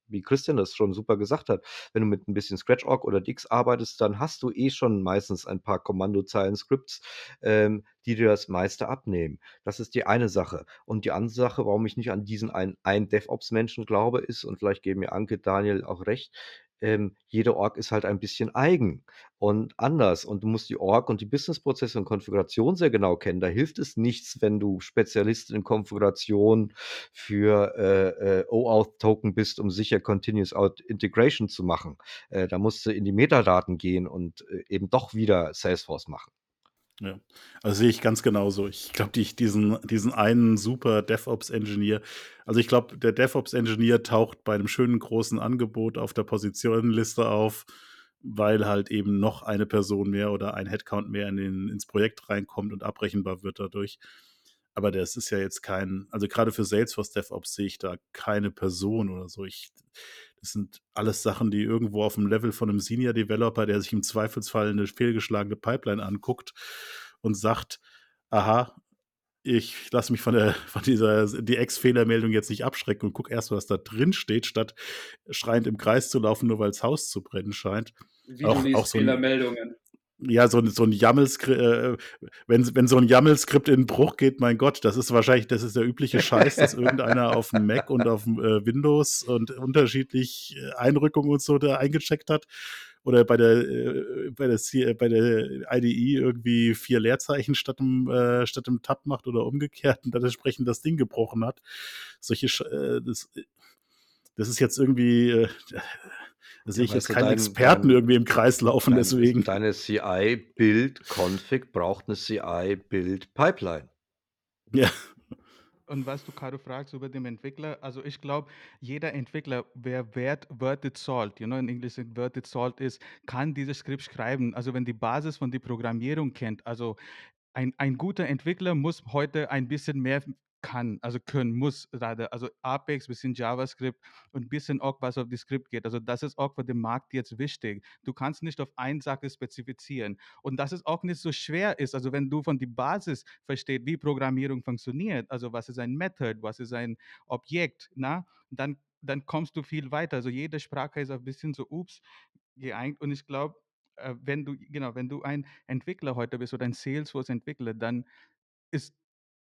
wie Christian das schon super gesagt hat, wenn du mit ein bisschen Scratch-Org oder Dix arbeitest, dann hast du eh schon meistens ein paar Kommandozeilen-Scripts, ähm, die dir das meiste abnehmen. Das ist die eine Sache. Und die andere Sache, warum ich nicht an diesen einen, einen DevOps-Menschen glaube, ist, und vielleicht geben mir Anke, Daniel auch recht, ähm, jede Org ist halt ein bisschen eigen und anders. Und du musst die Org und die Businessprozesse und Konfiguration sehr genau kennen. Da hilft es nichts, wenn du Spezialist in Konfiguration für äh, äh, OAuth-Token bist, um sicher Continuous Out Integration zu machen. Äh, da musst du in die Metadaten gehen und äh, eben doch wieder Salesforce machen. Ja, also sehe ich ganz genauso. Ich glaube, die, diesen, diesen einen super DevOps-Engineer, also ich glaube, der DevOps-Engineer taucht bei einem schönen großen Angebot auf der Positionenliste auf, weil halt eben noch eine Person mehr oder ein Headcount mehr in den, ins Projekt reinkommt und abrechenbar wird dadurch. Aber das ist ja jetzt kein, also gerade für Salesforce DevOps sehe ich da keine Person oder so. Ich, das sind alles Sachen, die irgendwo auf dem Level von einem Senior Developer, der sich im Zweifelsfall eine fehlgeschlagene Pipeline anguckt und sagt, aha, ich lasse mich von der von dieser die Ex-Fehlermeldung jetzt nicht abschrecken und gucke erst, was da drin steht, statt schreiend im Kreis zu laufen, nur weil das Haus zu brennen scheint. Wie du Auch, auch liest so ein, Fehlermeldungen. ja, so ein, so ein YAML-Skript, äh, wenn, wenn so ein YAML-Skript in den Bruch geht, mein Gott, das ist wahrscheinlich, das ist der übliche Scheiß, dass irgendeiner auf dem Mac und auf dem äh, Windows und unterschiedlich äh, Einrückungen und so da eingecheckt hat. Oder bei der, äh, bei der, C, bei der I D E irgendwie vier Leerzeichen statt dem, äh, statt dem Tab macht oder umgekehrt und dann entsprechend das Ding gebrochen hat. Solche, Sch- äh, das, das ist jetzt irgendwie, äh, da sehe Ja, ich jetzt weißt du, keinen dein, Experten dein, irgendwie im Kreis laufen, dein, deswegen. deine C I-Build-Config braucht eine C I-Build-Pipeline. Ja. Und was du, Caro, fragst über den Entwickler, also ich glaube, jeder Entwickler, wer wert Worded Salt, you know, in Englisch Worded Salt ist, kann dieses Skript schreiben. Also wenn die Basis von der Programmierung kennt, also ein, ein guter Entwickler muss heute ein bisschen mehr kann, also können, muss, rather, also Apex, bisschen JavaScript und ein bisschen auch, was auf die Skript geht. Also das ist auch für den Markt jetzt wichtig. Du kannst nicht auf eine Sache spezifizieren. Und dass es auch nicht so schwer ist, also wenn du von die Basis verstehst, wie Programmierung funktioniert, also was ist ein Method, was ist ein Objekt, na, dann, dann kommst du viel weiter. Also jede Sprache ist ein bisschen so, ups, geeignet. Und ich glaube, äh, wenn du, genau, wenn du ein Entwickler heute bist oder ein Salesforce-Entwickler, dann ist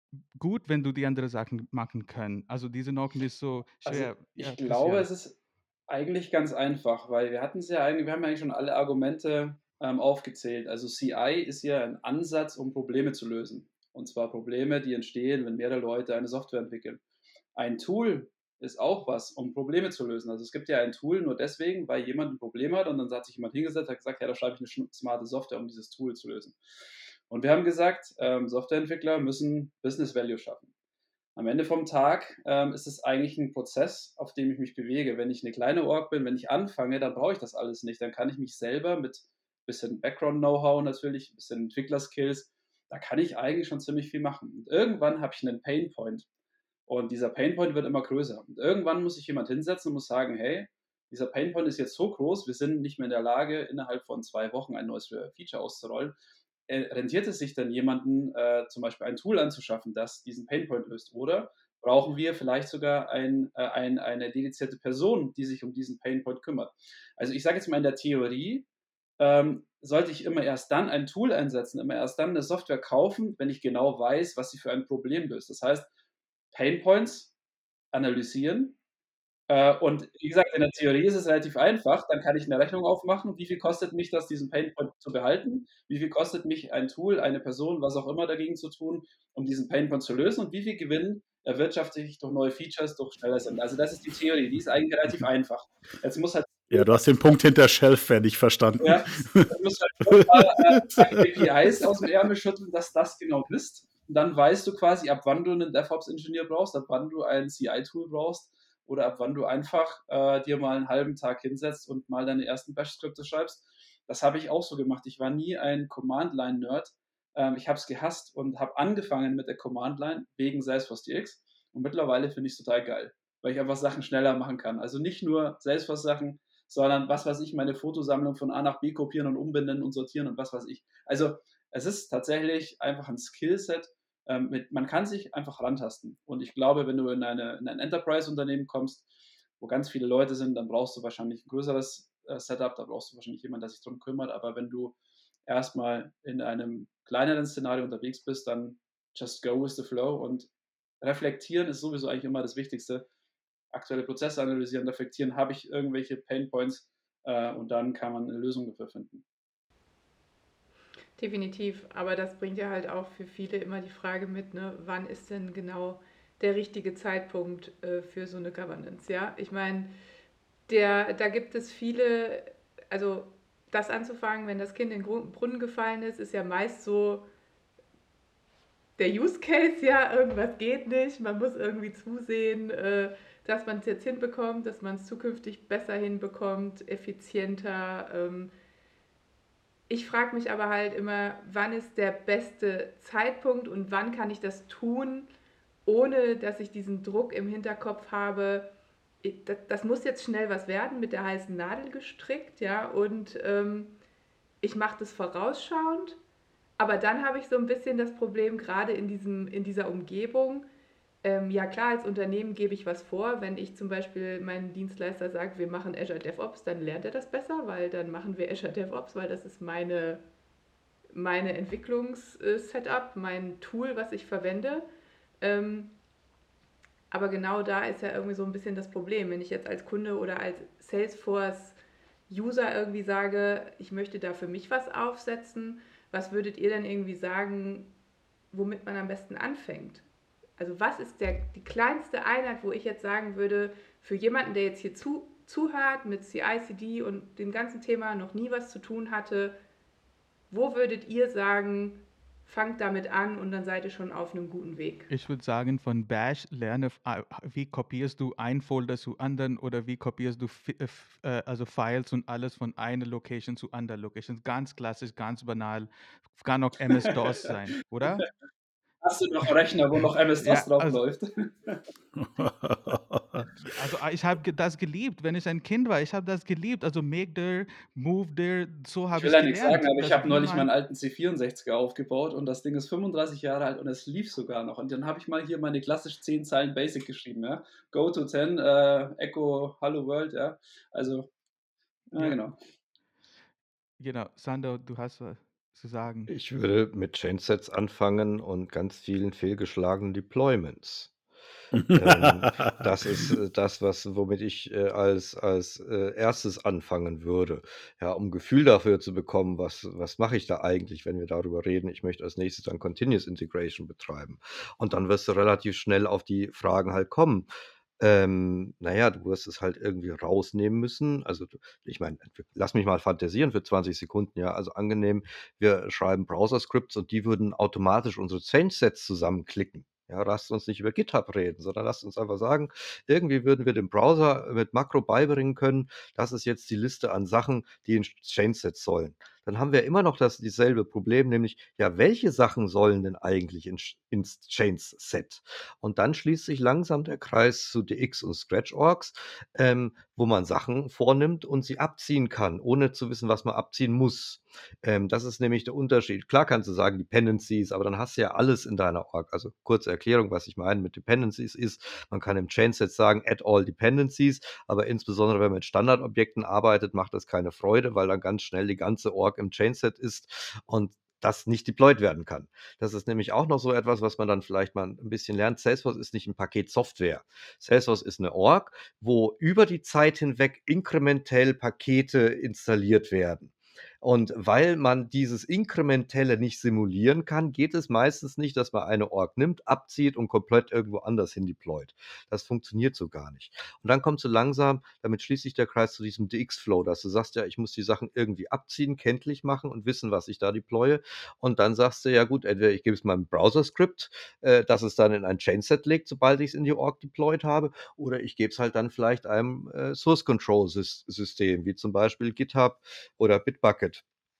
gut, wenn du die andere Sachen machen können. Also die sind auch nicht so Also schwer. Ja, ich glaube, Christian. es ist eigentlich ganz einfach, weil wir hatten es ja eigentlich, wir haben ja eigentlich schon alle Argumente ähm, aufgezählt. Also C I ist ja ein Ansatz, um Probleme zu lösen. Und zwar Probleme, die entstehen, wenn mehrere Leute eine Software entwickeln. Ein Tool ist auch was, um Probleme zu lösen. Also es gibt ja ein Tool nur deswegen, weil jemand ein Problem hat und dann hat sich jemand hingesetzt, hat gesagt, ja, da schreibe ich eine schn- smarte Software, um dieses Tool zu lösen. Und wir haben gesagt, ähm, Softwareentwickler müssen Business Value schaffen. Am Ende vom Tag ähm, ist es eigentlich ein Prozess, auf dem ich mich bewege. Wenn ich eine kleine Org bin, wenn ich anfange, dann brauche ich das alles nicht. Dann kann ich mich selber mit ein bisschen Background-Know-how natürlich, ein bisschen Entwickler-Skills, da kann ich eigentlich schon ziemlich viel machen. Und irgendwann habe ich einen Pain-Point. Und dieser Pain-Point wird immer größer. Und irgendwann muss sich jemand hinsetzen und muss sagen, hey, dieser Pain-Point ist jetzt so groß, wir sind nicht mehr in der Lage, innerhalb von zwei Wochen ein neues Feature auszurollen. Äh, rentiert es sich dann jemanden, äh, zum Beispiel ein Tool anzuschaffen, das diesen Painpoint löst? Oder brauchen wir vielleicht sogar ein, äh, ein, eine dedizierte Person, die sich um diesen Painpoint kümmert? Also ich sage jetzt mal in der Theorie, ähm, sollte ich immer erst dann ein Tool einsetzen, immer erst dann eine Software kaufen, wenn ich genau weiß, was sie für ein Problem löst. Das heißt, Painpoints analysieren, äh, und wie gesagt, in der Theorie ist es relativ einfach. Dann kann ich eine Rechnung aufmachen. Wie viel kostet mich das, diesen Painpoint zu behalten? Wie viel kostet mich ein Tool, eine Person, was auch immer dagegen zu tun, um diesen Painpoint zu lösen? Und wie viel Gewinn erwirtschafte ich durch neue Features, durch schneller sind? Also das ist die Theorie. Die ist eigentlich relativ einfach. Jetzt muss halt Ja, du hast den Punkt hinter Shelfware nicht verstanden. ja, jetzt muss halt mal äh, A P Is aus dem Ärmel schütteln, dass das genau ist. Und dann weißt du quasi, ab wann du einen DevOps-Ingenieur brauchst, ab wann du ein C I-Tool brauchst oder ab wann du einfach äh, dir mal einen halben Tag hinsetzt und mal deine ersten Bash-Skripte schreibst. Das habe ich auch so gemacht. Ich war nie ein Command-Line-Nerd. Ähm, ich habe es gehasst und habe angefangen mit der Command-Line wegen Salesforce D X. Und mittlerweile finde ich es total geil, weil ich einfach Sachen schneller machen kann. Also nicht nur Salesforce-Sachen, sondern was weiß ich, meine Fotosammlung von A nach B kopieren und umbenennen und sortieren und was weiß ich. Also es ist tatsächlich einfach ein Skillset. Ähm, mit, man kann sich einfach rantasten. Und ich glaube, wenn du in, eine, in ein Enterprise-Unternehmen kommst, wo ganz viele Leute sind, dann brauchst du wahrscheinlich ein größeres äh, Setup, da brauchst du wahrscheinlich jemanden, der sich darum kümmert. Aber wenn du erstmal in einem kleineren Szenario unterwegs bist, dann just go with the flow, und reflektieren ist sowieso eigentlich immer das Wichtigste. Aktuelle Prozesse analysieren, reflektieren, habe ich irgendwelche Pain Points, äh, und dann kann man eine Lösung dafür finden. Definitiv, aber das bringt ja halt auch für viele immer die Frage mit, ne, wann ist denn genau der richtige Zeitpunkt äh, für so eine Governance, ja? Ich meine, der, da gibt es viele, also das anzufangen, wenn das Kind in den Brunnen gefallen ist, ist ja meist so der Use Case, ja, irgendwas geht nicht, man muss irgendwie zusehen, äh, dass man es jetzt hinbekommt, dass man es zukünftig besser hinbekommt, effizienter. Ähm, ich frage mich aber halt immer, wann ist der beste Zeitpunkt und wann kann ich das tun, ohne dass ich diesen Druck im Hinterkopf habe. Ich, das, das muss jetzt schnell was werden, mit der heißen Nadel gestrickt, ja, und ähm, ich mache das vorausschauend, aber dann habe ich so ein bisschen das Problem, gerade in, diesem, in dieser Umgebung, ähm, ja klar, als Unternehmen gebe ich was vor. Wenn ich zum Beispiel meinem Dienstleister sage, wir machen Azure DevOps, dann lernt er das besser, weil dann machen wir Azure DevOps, weil das ist meine, meine Entwicklungs-Setup, mein Tool, was ich verwende. Ähm, aber genau da ist ja irgendwie so ein bisschen das Problem. Wenn ich jetzt als Kunde oder als Salesforce-User irgendwie sage, ich möchte da für mich was aufsetzen, was würdet ihr denn irgendwie sagen, womit man am besten anfängt? Also was ist der, die kleinste Einheit, wo ich jetzt sagen würde, für jemanden, der jetzt hier zu, zuhört, mit C I C D und dem ganzen Thema noch nie was zu tun hatte, wo würdet ihr sagen, fangt damit an und dann seid ihr schon auf einem guten Weg? Ich würde sagen, von Bash lerne, äh, wie kopierst du einen Folder zu anderen oder wie kopierst du Fi- äh, f- äh, also Files und alles von einer Location zu anderer Location. Ganz klassisch, ganz banal. Kann auch M S-DOS sein, oder? Hast du noch einen Rechner, wo noch M S DOS Ja, drauf also, läuft? also äh, ich habe das geliebt, wenn ich ein Kind war. Ich habe das geliebt. Also make there, move there, so Ich habe will ich ja nichts sagen, gelernt, aber ich dass habe wie neulich man meinen alten C vierundsechziger aufgebaut und das Ding ist fünfunddreißig Jahre alt und es lief sogar noch. Und dann habe ich mal hier meine klassisch zehn Zeilen Basic geschrieben, ja. Go to zehn, äh, Echo, Hello World, ja. Also, ja, ja, genau. genau. Sander, du hast was zu sagen. Ich würde mit Chainsets anfangen und ganz vielen fehlgeschlagenen Deployments. Ähm, das ist äh, das, was, womit ich äh, als, als äh, erstes anfangen würde. Ja, um ein Gefühl dafür zu bekommen, was, was mache ich da eigentlich, wenn wir darüber reden. Ich möchte als nächstes dann Continuous Integration betreiben. Und dann wirst du relativ schnell auf die Fragen halt kommen. Ähm, naja, du wirst es halt irgendwie rausnehmen müssen. Also, du, ich meine, lass mich mal fantasieren für zwanzig Sekunden, ja. Also angenehm, wir schreiben Browser-Scripts und die würden automatisch unsere Change-Sets zusammenklicken. Ja, lasst uns nicht über GitHub reden, sondern lasst uns einfach sagen, irgendwie würden wir dem Browser mit Makro beibringen können, das ist jetzt die Liste an Sachen, die in Change-Sets sollen. Dann haben wir immer noch das dieselbe Problem, nämlich, ja, welche Sachen sollen denn eigentlich in, ins Chains-Set? Und dann schließt sich langsam der Kreis zu D X und Scratch-Orgs, ähm, wo man Sachen vornimmt und sie abziehen kann, ohne zu wissen, was man abziehen muss. Ähm, das ist nämlich der Unterschied. Klar kannst du sagen Dependencies, aber dann hast du ja alles in deiner Org. Also kurze Erklärung, was ich meine mit Dependencies ist, man kann im Chainset sagen, add all dependencies, aber insbesondere wenn man mit Standardobjekten arbeitet, macht das keine Freude, weil dann ganz schnell die ganze Org im Chainset ist und das nicht deployed werden kann. Das ist nämlich auch noch so etwas, was man dann vielleicht mal ein bisschen lernt. Salesforce ist nicht ein Paket Software. Salesforce ist eine Org, wo über die Zeit hinweg inkrementell Pakete installiert werden. Und weil man dieses Inkrementelle nicht simulieren kann, geht es meistens nicht, dass man eine Org nimmt, abzieht und komplett irgendwo anders hin deployt. Das funktioniert so gar nicht. Und dann kommt so langsam, damit schließt sich der Kreis zu diesem D X-Flow, dass du sagst, ja, ich muss die Sachen irgendwie abziehen, kenntlich machen und wissen, was ich da deploye. Und dann sagst du, ja gut, entweder ich gebe es meinem Browser-Script, äh, dass es dann in ein Chainset legt, sobald ich es in die Org deployed habe, oder ich gebe es halt dann vielleicht einem äh, Source-Control-System, wie zum Beispiel GitHub oder Bitbucket.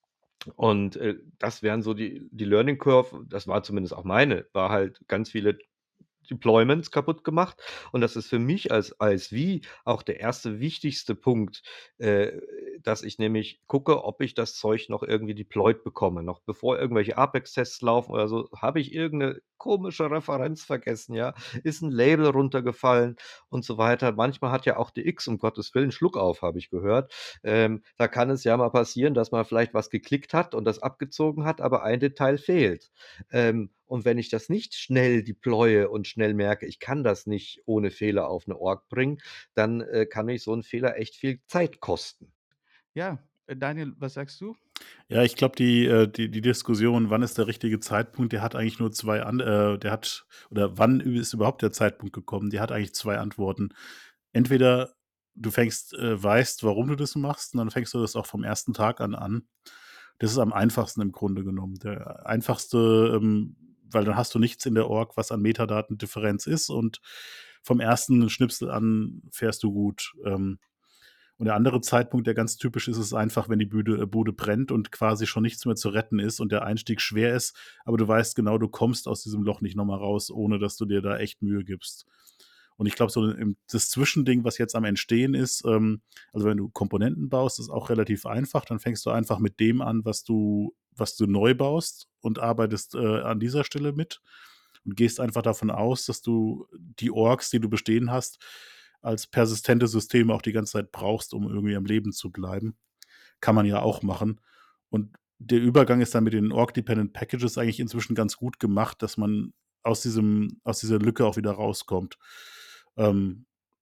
Und äh, das wären so die, die Learning Curve, das war zumindest auch meine, war halt ganz viele Deployments kaputt gemacht. Und das ist für mich als I S V auch der erste wichtigste Punkt, äh, dass ich nämlich gucke, ob ich das Zeug noch irgendwie deployed bekomme. Noch bevor irgendwelche Apex-Tests laufen oder so, habe ich irgendeine komische Referenz vergessen, ja, ist ein Label runtergefallen und so weiter. Manchmal hat ja auch die X, um Gottes Willen, Schluck auf, habe ich gehört. Ähm, da kann es ja mal passieren, dass man vielleicht was geklickt hat und das abgezogen hat, aber ein Detail fehlt. Ähm, und wenn ich das nicht schnell deploye und schnell merke, ich kann das nicht ohne Fehler auf eine Org bringen, dann äh, kann mich so ein Fehler echt viel Zeit kosten. Ja, äh, Daniel, was sagst du? Ja, ich glaube, die, äh, die, die Diskussion, wann ist der richtige Zeitpunkt, der hat eigentlich nur zwei an, äh, der hat, oder wann ist überhaupt der Zeitpunkt gekommen, die hat eigentlich zwei Antworten. Entweder du fängst, äh, weißt, warum du das machst, und dann fängst du das auch vom ersten Tag an an. Das ist am einfachsten im Grunde genommen. Der einfachste, ähm, weil dann hast du nichts in der Org, was an Metadatendifferenz ist, und vom ersten Schnipsel an fährst du gut. Ähm, und der andere Zeitpunkt, der ganz typisch ist, ist einfach, wenn die Bude, äh, Bude brennt und quasi schon nichts mehr zu retten ist und der Einstieg schwer ist, aber du weißt genau, du kommst aus diesem Loch nicht nochmal raus, ohne dass du dir da echt Mühe gibst. Und ich glaube, so im- das Zwischending, was jetzt am Entstehen ist, ähm, also wenn du Komponenten baust, ist auch relativ einfach. Dann fängst du einfach mit dem an, was du, was du neu baust, und arbeitest äh, an dieser Stelle mit und gehst einfach davon aus, dass du die Orgs, die du bestehen hast, als persistente Systeme auch die ganze Zeit brauchst, um irgendwie am Leben zu bleiben. Kann man ja auch machen. Und der Übergang ist dann mit den Org-Dependent Packages eigentlich inzwischen ganz gut gemacht, dass man aus diesem, aus dieser Lücke auch wieder rauskommt. Ähm,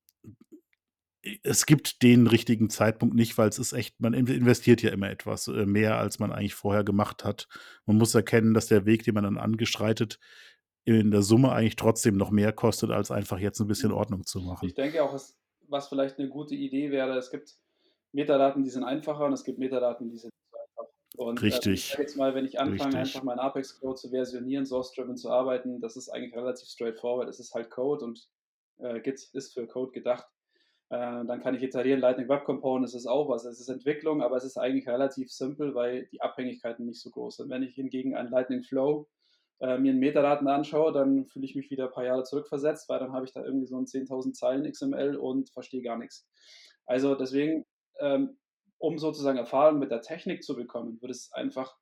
es gibt den richtigen Zeitpunkt nicht, weil es ist echt, man in- investiert ja immer etwas, äh, mehr als man eigentlich vorher gemacht hat. Man muss erkennen, dass der Weg, den man dann angeschreitet, in der Summe eigentlich trotzdem noch mehr kostet, als einfach jetzt ein bisschen Ordnung zu Ich machen. denke auch, was, was vielleicht eine gute Idee wäre, es gibt Metadaten, die sind einfacher und es gibt Metadaten, die sind nicht so einfach. Und ähm, ich Richtig, sage jetzt mal, wenn ich anfange, richtig. einfach meinen Apex-Code zu versionieren, source-driven zu arbeiten, das ist eigentlich relativ straightforward. Es ist halt Code und äh, Git ist für Code gedacht. Äh, dann kann ich iterieren, Lightning Web Components ist auch was. Es ist Entwicklung, aber es ist eigentlich relativ simpel, weil die Abhängigkeiten nicht so groß sind. Wenn ich hingegen einen Lightning Flow äh, mir einen Metadaten anschaue, dann fühle ich mich wieder ein paar Jahre zurückversetzt, weil dann habe ich da irgendwie so ein zehntausend Zeilen X M L und verstehe gar nichts. Also deswegen, ähm, um sozusagen Erfahrung mit der Technik zu bekommen, wird es einfach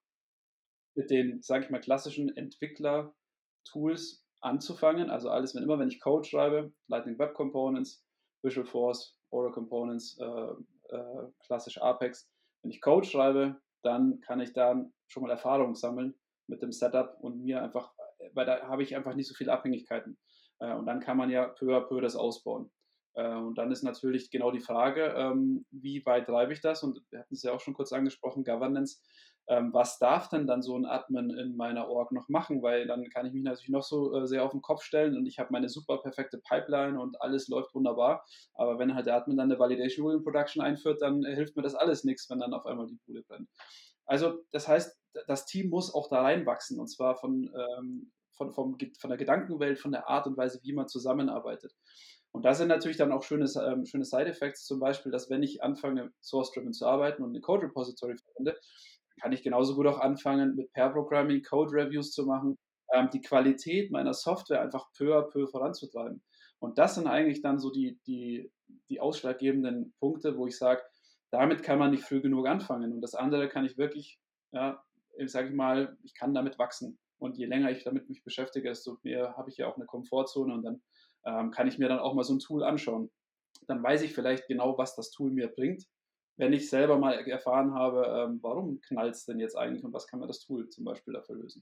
mit den, sage ich mal, klassischen Entwickler-Tools anzufangen. Also alles, wenn immer, wenn ich Code schreibe, Lightning Web Components, Visual Force, Aura Components, äh, äh, klassisch Apex. Wenn ich Code schreibe, dann kann ich da schon mal Erfahrung sammeln mit dem Setup und mir einfach, weil da habe ich einfach nicht so viele Abhängigkeiten. Äh, und dann kann man ja peu à peu das ausbauen. Äh, und dann ist natürlich genau die Frage, ähm, wie weit treibe ich das? Und wir hatten es ja auch schon kurz angesprochen, Governance. Ähm, was darf denn dann so ein Admin in meiner Org noch machen? Weil dann kann ich mich natürlich noch so äh, sehr auf den Kopf stellen und ich habe meine super perfekte Pipeline und alles läuft wunderbar. Aber wenn halt der Admin dann eine Validation Rule in Production einführt, dann äh, hilft mir das alles nichts, wenn dann auf einmal die Bude brennt. Also das heißt, das Team muss auch da reinwachsen und zwar von, ähm, von, vom, von der Gedankenwelt, von der Art und Weise, wie man zusammenarbeitet. Und da sind natürlich dann auch schöne, ähm, schöne Side-Effects, zum Beispiel, dass wenn ich anfange, Source-Driven zu arbeiten und eine Code-Repository verwende, kann ich genauso gut auch anfangen, mit Pair-Programming Code-Reviews zu machen, ähm, die Qualität meiner Software einfach peu à peu voranzutreiben. Und das sind eigentlich dann so die, die, die ausschlaggebenden Punkte, wo ich sage, damit kann man nicht früh genug anfangen. Und das andere kann ich wirklich, ja, sage ich mal, ich kann damit wachsen. Und je länger ich damit mich beschäftige, desto mehr habe ich ja auch eine Komfortzone und dann ähm, kann ich mir dann auch mal so ein Tool anschauen. Dann weiß ich vielleicht genau, was das Tool mir bringt, wenn ich selber mal erfahren habe, ähm, warum knallt es denn jetzt eigentlich und was kann mir das Tool zum Beispiel dafür lösen.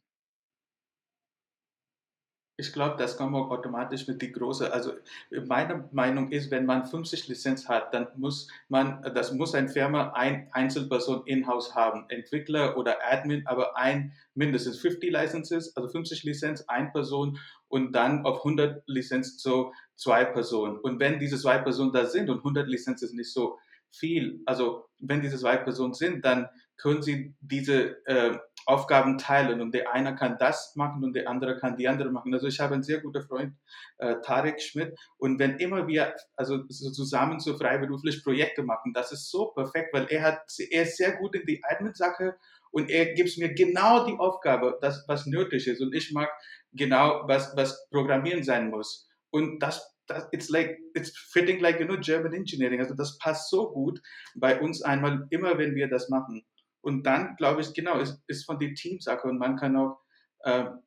Ich glaube, das kommt auch automatisch mit die große, also meine Meinung ist, wenn man fünfzig Lizenz hat, dann muss man, das muss eine Firma, ein Einzelperson in-house haben, Entwickler oder Admin, aber ein mindestens fünfzig Licenses, also fünfzig Lizenz, ein Person und dann auf hundert Lizenz so zwei Personen. Und wenn diese zwei Personen da sind und hundert Lizenz ist nicht so viel, also wenn diese zwei Personen sind, dann können sie diese äh, Aufgaben teilen und der eine kann das machen und der andere kann die andere machen. Also ich habe einen sehr guten Freund, äh, Tarek Schmidt, und wenn immer wir also so zusammen so freiberuflich Projekte machen, das ist so perfekt, weil er hat, er ist sehr gut in die Admin-Sache und er gibt mir genau die Aufgabe, das was nötig ist und ich mag genau was was Programmieren sein muss und das das, it's like, it's fitting like, you know, German Engineering. Also das passt so gut bei uns einmal, immer wenn wir das machen. Und dann, glaube ich, genau, ist, ist von der Teamsache und man kann auch, äh,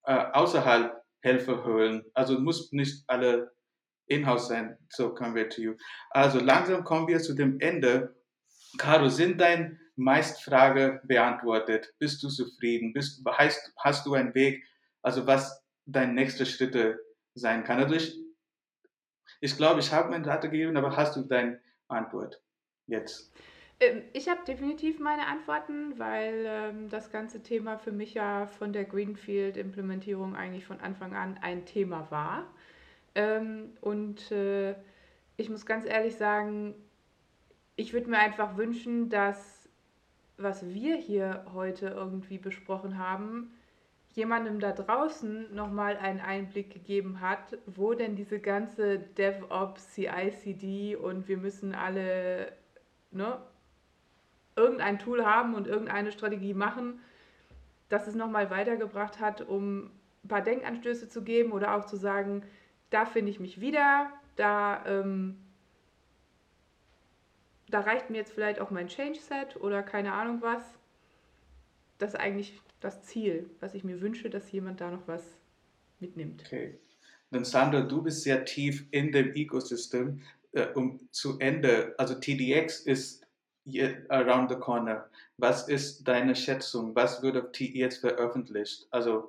äh, außerhalb Hilfe holen. Also muss nicht alle in-house sein. So come wir to you. Also langsam kommen wir zu dem Ende. Caro, sind deine Meistfrage beantwortet? Bist du zufrieden? Bist, hast, hast du einen Weg, also was deine nächste Schritte sein kann? Also ich, ich glaube, ich habe meine Rate gegeben, aber hast du deine Antwort jetzt? Ähm, Ich habe definitiv meine Antworten, weil ähm, das ganze Thema für mich ja von der Greenfield-Implementierung eigentlich von Anfang an ein Thema war. Ähm, und äh, ich muss ganz ehrlich sagen, ich würde mir einfach wünschen, dass was wir hier heute irgendwie besprochen haben, jemandem da draußen nochmal einen Einblick gegeben hat, wo denn diese ganze DevOps, C I C D und wir müssen alle, ne, irgendein Tool haben und irgendeine Strategie machen, dass es nochmal weitergebracht hat, um ein paar Denkanstöße zu geben oder auch zu sagen, da finde ich mich wieder, da, ähm, da reicht mir jetzt vielleicht auch mein Change-Set oder keine Ahnung was. Das ist eigentlich das Ziel, was ich mir wünsche, dass jemand da noch was mitnimmt. Okay. Dann Sandra, du bist sehr tief in dem Ecosystem. Äh, um zu Ende, also T D X ist je- around the corner. Was ist deine Schätzung? Was wird auf T E jetzt veröffentlicht? Also,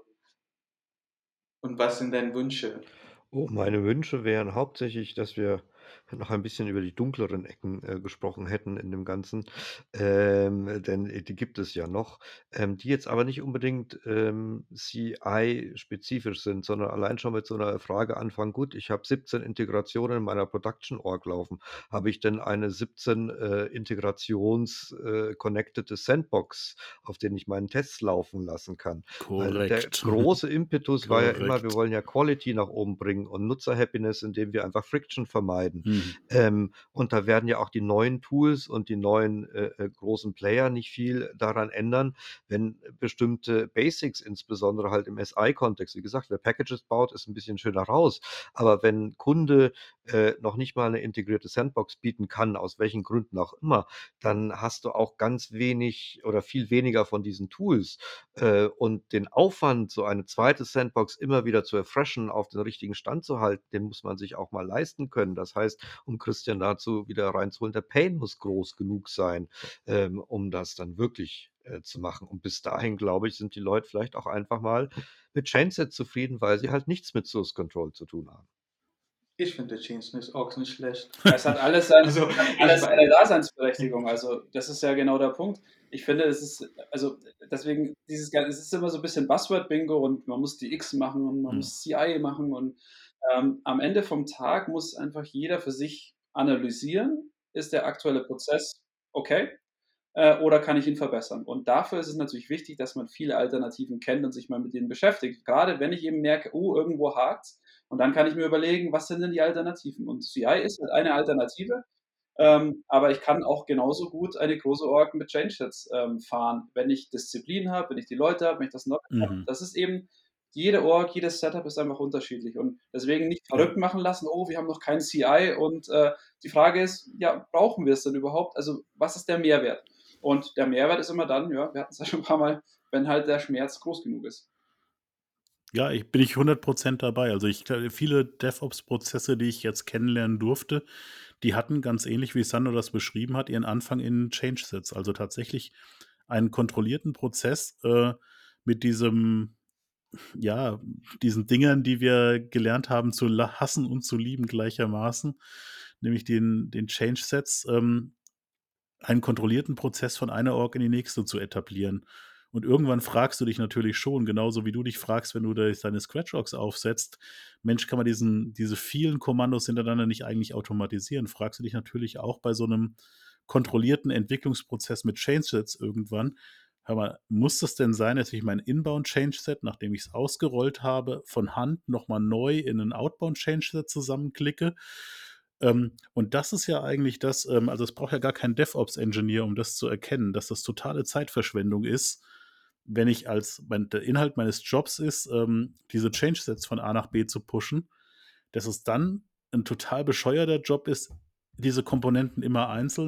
und was sind deine Wünsche? Oh, meine Wünsche wären hauptsächlich, dass wir noch ein bisschen über die dunkleren Ecken äh, gesprochen hätten in dem Ganzen, ähm, denn äh, die gibt es ja noch, ähm, die jetzt aber nicht unbedingt ähm, C I-spezifisch sind, sondern allein schon mit so einer Frage anfangen, gut, ich habe siebzehn Integrationen in meiner Production-Org laufen. Habe ich denn eine siebzehn äh, Integrations-connected Sandbox, auf denen ich meinen Tests laufen lassen kann? Weil der Korrekt. große Impetus war ja immer, wir Korrekt. wollen ja Quality nach oben bringen und Nutzer-Happiness, indem wir einfach Friction vermeiden. Mhm. Ähm, und da werden ja auch die neuen Tools und die neuen äh, äh, großen Player nicht viel daran ändern, wenn bestimmte Basics, insbesondere halt im S I-Kontext, wie gesagt, wer Packages baut, ist ein bisschen schöner raus. Aber wenn Kunde äh, noch nicht mal eine integrierte Sandbox bieten kann, aus welchen Gründen auch immer, dann hast du auch ganz wenig oder viel weniger von diesen Tools. Äh, und den Aufwand, so eine zweite Sandbox immer wieder zu erfreshen, auf den richtigen Stand zu halten, den muss man sich auch mal leisten können. Das heißt, um Christian dazu wieder reinzuholen, der Pain muss groß genug sein, ähm, um das dann wirklich äh, zu machen. Und bis dahin, glaube ich, sind die Leute vielleicht auch einfach mal mit Chainset zufrieden, weil sie halt nichts mit Source Control zu tun haben. Ich finde Chainset auch nicht schlecht. Es hat alles, sein, Also, es hat ich alles seine weiß. Daseinsberechtigung. Also, das ist ja genau der Punkt. Ich finde, es ist, also deswegen, dieses, Gan- es ist immer so ein bisschen Buzzword-Bingo und man muss die X machen und man Mhm. muss C I machen und ähm, am Ende vom Tag muss einfach jeder für sich analysieren, ist der aktuelle Prozess okay äh, oder kann ich ihn verbessern? Und dafür ist es natürlich wichtig, dass man viele Alternativen kennt und sich mal mit denen beschäftigt. Gerade wenn ich eben merke, oh, irgendwo hakt und dann kann ich mir überlegen, was sind denn die Alternativen? Und C I ist halt eine Alternative, ähm, aber ich kann auch genauso gut eine große Org mit Changesets ähm, fahren, wenn ich Disziplin habe, wenn ich die Leute habe, wenn ich das noch habe. Mhm. Das ist eben, jede Org, jedes Setup ist einfach unterschiedlich und deswegen nicht Ja. verrückt machen lassen, oh, wir haben noch kein C I und äh, die Frage ist, ja, brauchen wir es denn überhaupt? Also, was ist der Mehrwert? Und der Mehrwert ist immer dann, ja, wir hatten es ja schon ein paar Mal, wenn halt der Schmerz groß genug ist. Ja, ich bin ich hundert Prozent dabei. Also ich glaube, viele DevOps-Prozesse, die ich jetzt kennenlernen durfte, die hatten ganz ähnlich, wie Sandro das beschrieben hat, ihren Anfang in Change-Sets. Also tatsächlich einen kontrollierten Prozess äh, mit diesem, ja, diesen Dingern, die wir gelernt haben zu la- hassen und zu lieben gleichermaßen, nämlich den, den Change-Sets. Ähm, einen kontrollierten Prozess von einer Org in die nächste zu etablieren. Und irgendwann fragst du dich natürlich schon, genauso wie du dich fragst, wenn du da deine Scratch-Orgs aufsetzt, Mensch, kann man diesen, diese vielen Kommandos hintereinander nicht eigentlich automatisieren? Fragst du dich natürlich auch bei so einem kontrollierten Entwicklungsprozess mit Changesets irgendwann, hör mal, muss das denn sein, dass ich mein Inbound-Change-Set, nachdem ich es ausgerollt habe, von Hand nochmal neu in ein Outbound-Change-Set zusammenklicke? Ähm, und das ist ja eigentlich das, ähm, also es braucht ja gar keinen DevOps-Engineer, um das zu erkennen, dass das totale Zeitverschwendung ist, wenn ich als, mein, der Inhalt meines Jobs ist, ähm, diese Change-Sets von A nach B zu pushen, dass es dann ein total bescheuerter Job ist, diese Komponenten immer einzeln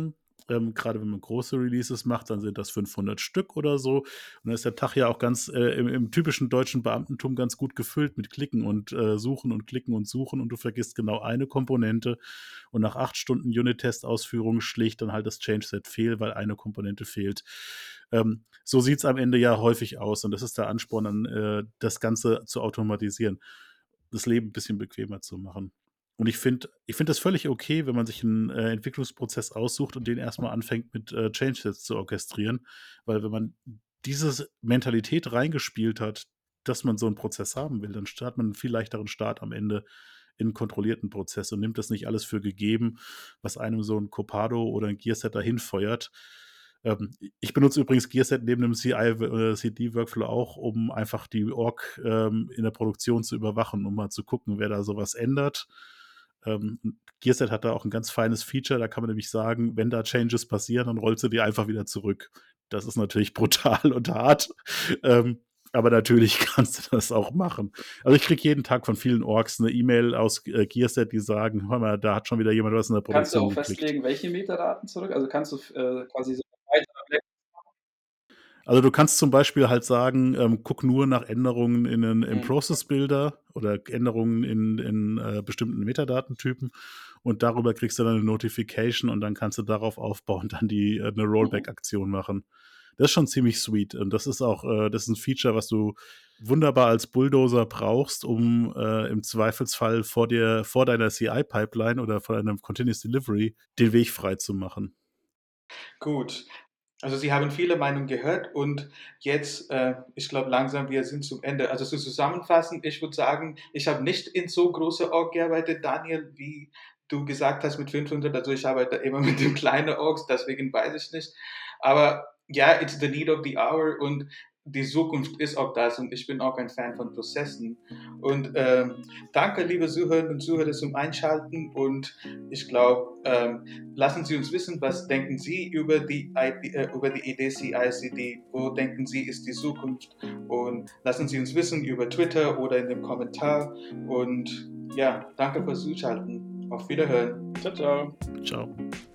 Ähm, gerade wenn man große Releases macht, dann sind das fünfhundert Stück oder so. Und dann ist der Tag ja auch ganz äh, im, im typischen deutschen Beamtentum ganz gut gefüllt mit Klicken und äh, Suchen und Klicken und Suchen und du vergisst genau eine Komponente und nach acht Stunden Unit-Test-Ausführung schlägt dann halt das Change-Set fehl, weil eine Komponente fehlt. Ähm, so sieht es am Ende ja häufig aus und das ist der Ansporn, dann äh, das Ganze zu automatisieren, das Leben ein bisschen bequemer zu machen. Und ich finde ich finde das völlig okay, wenn man sich einen äh, Entwicklungsprozess aussucht und den erstmal anfängt mit äh, Changesets zu orchestrieren, weil wenn man diese Mentalität reingespielt hat, dass man so einen Prozess haben will, dann hat man einen viel leichteren Start am Ende in 'n kontrollierten Prozess und nimmt das nicht alles für gegeben, was einem so ein Copado oder ein Gearset dahin feuert. Ähm, ich benutze übrigens Gearset neben dem C I äh, C D-Workflow auch, um einfach die Org ähm, in der Produktion zu überwachen, um mal zu gucken, wer da sowas ändert. Ähm, Gearset hat da auch ein ganz feines Feature, da kann man nämlich sagen, wenn da Changes passieren, dann rollst du die einfach wieder zurück. Das ist natürlich brutal und hart, ähm, aber natürlich kannst du das auch machen. Also, ich kriege jeden Tag von vielen Orgs eine E-Mail aus äh, Gearset, die sagen: „Hör mal, da hat schon wieder jemand was in der Kannst du Produktion auch geklickt." festlegen, welche Metadaten zurück? Also kannst du äh, quasi so weiter weg. Also, du kannst zum Beispiel halt sagen, ähm, guck nur nach Änderungen in 'nen im Mhm. Process Builder oder Änderungen in in, äh, bestimmten Metadatentypen und darüber kriegst du dann 'ne Notification und dann kannst du darauf aufbauend dann die äh, 'ne Mhm. Rollback-Aktion machen. Das ist schon ziemlich sweet und das ist auch äh, das ist 'n Feature, was du wunderbar als Bulldozer brauchst, um äh, im Zweifelsfall vor dir vor deiner C I-Pipeline oder vor deinem Continuous Delivery den Weg frei zu machen. Gut. Also Sie haben viele Meinungen gehört und jetzt, äh, ich glaube langsam, wir sind zum Ende. Also zu zusammenfassen, ich würde sagen, ich habe nicht in so große Org gearbeitet, Daniel, wie du gesagt hast mit fünfhundert. Also ich arbeite immer mit den kleinen Orgs, deswegen weiß ich nicht. Aber ja, it's the need of the hour und die Zukunft ist auch das und ich bin auch ein Fan von Prozessen. Und ähm, danke, liebe Zuhörerinnen und Zuhörer, zum Einschalten und ich glaube, ähm, lassen Sie uns wissen, was denken Sie über die, I D, äh, über die Idee C I C D, wo denken Sie ist die Zukunft und lassen Sie uns wissen über Twitter oder in dem Kommentar und ja, danke fürs Zuschalten. Auf Wiederhören. Ciao, ciao. Ciao.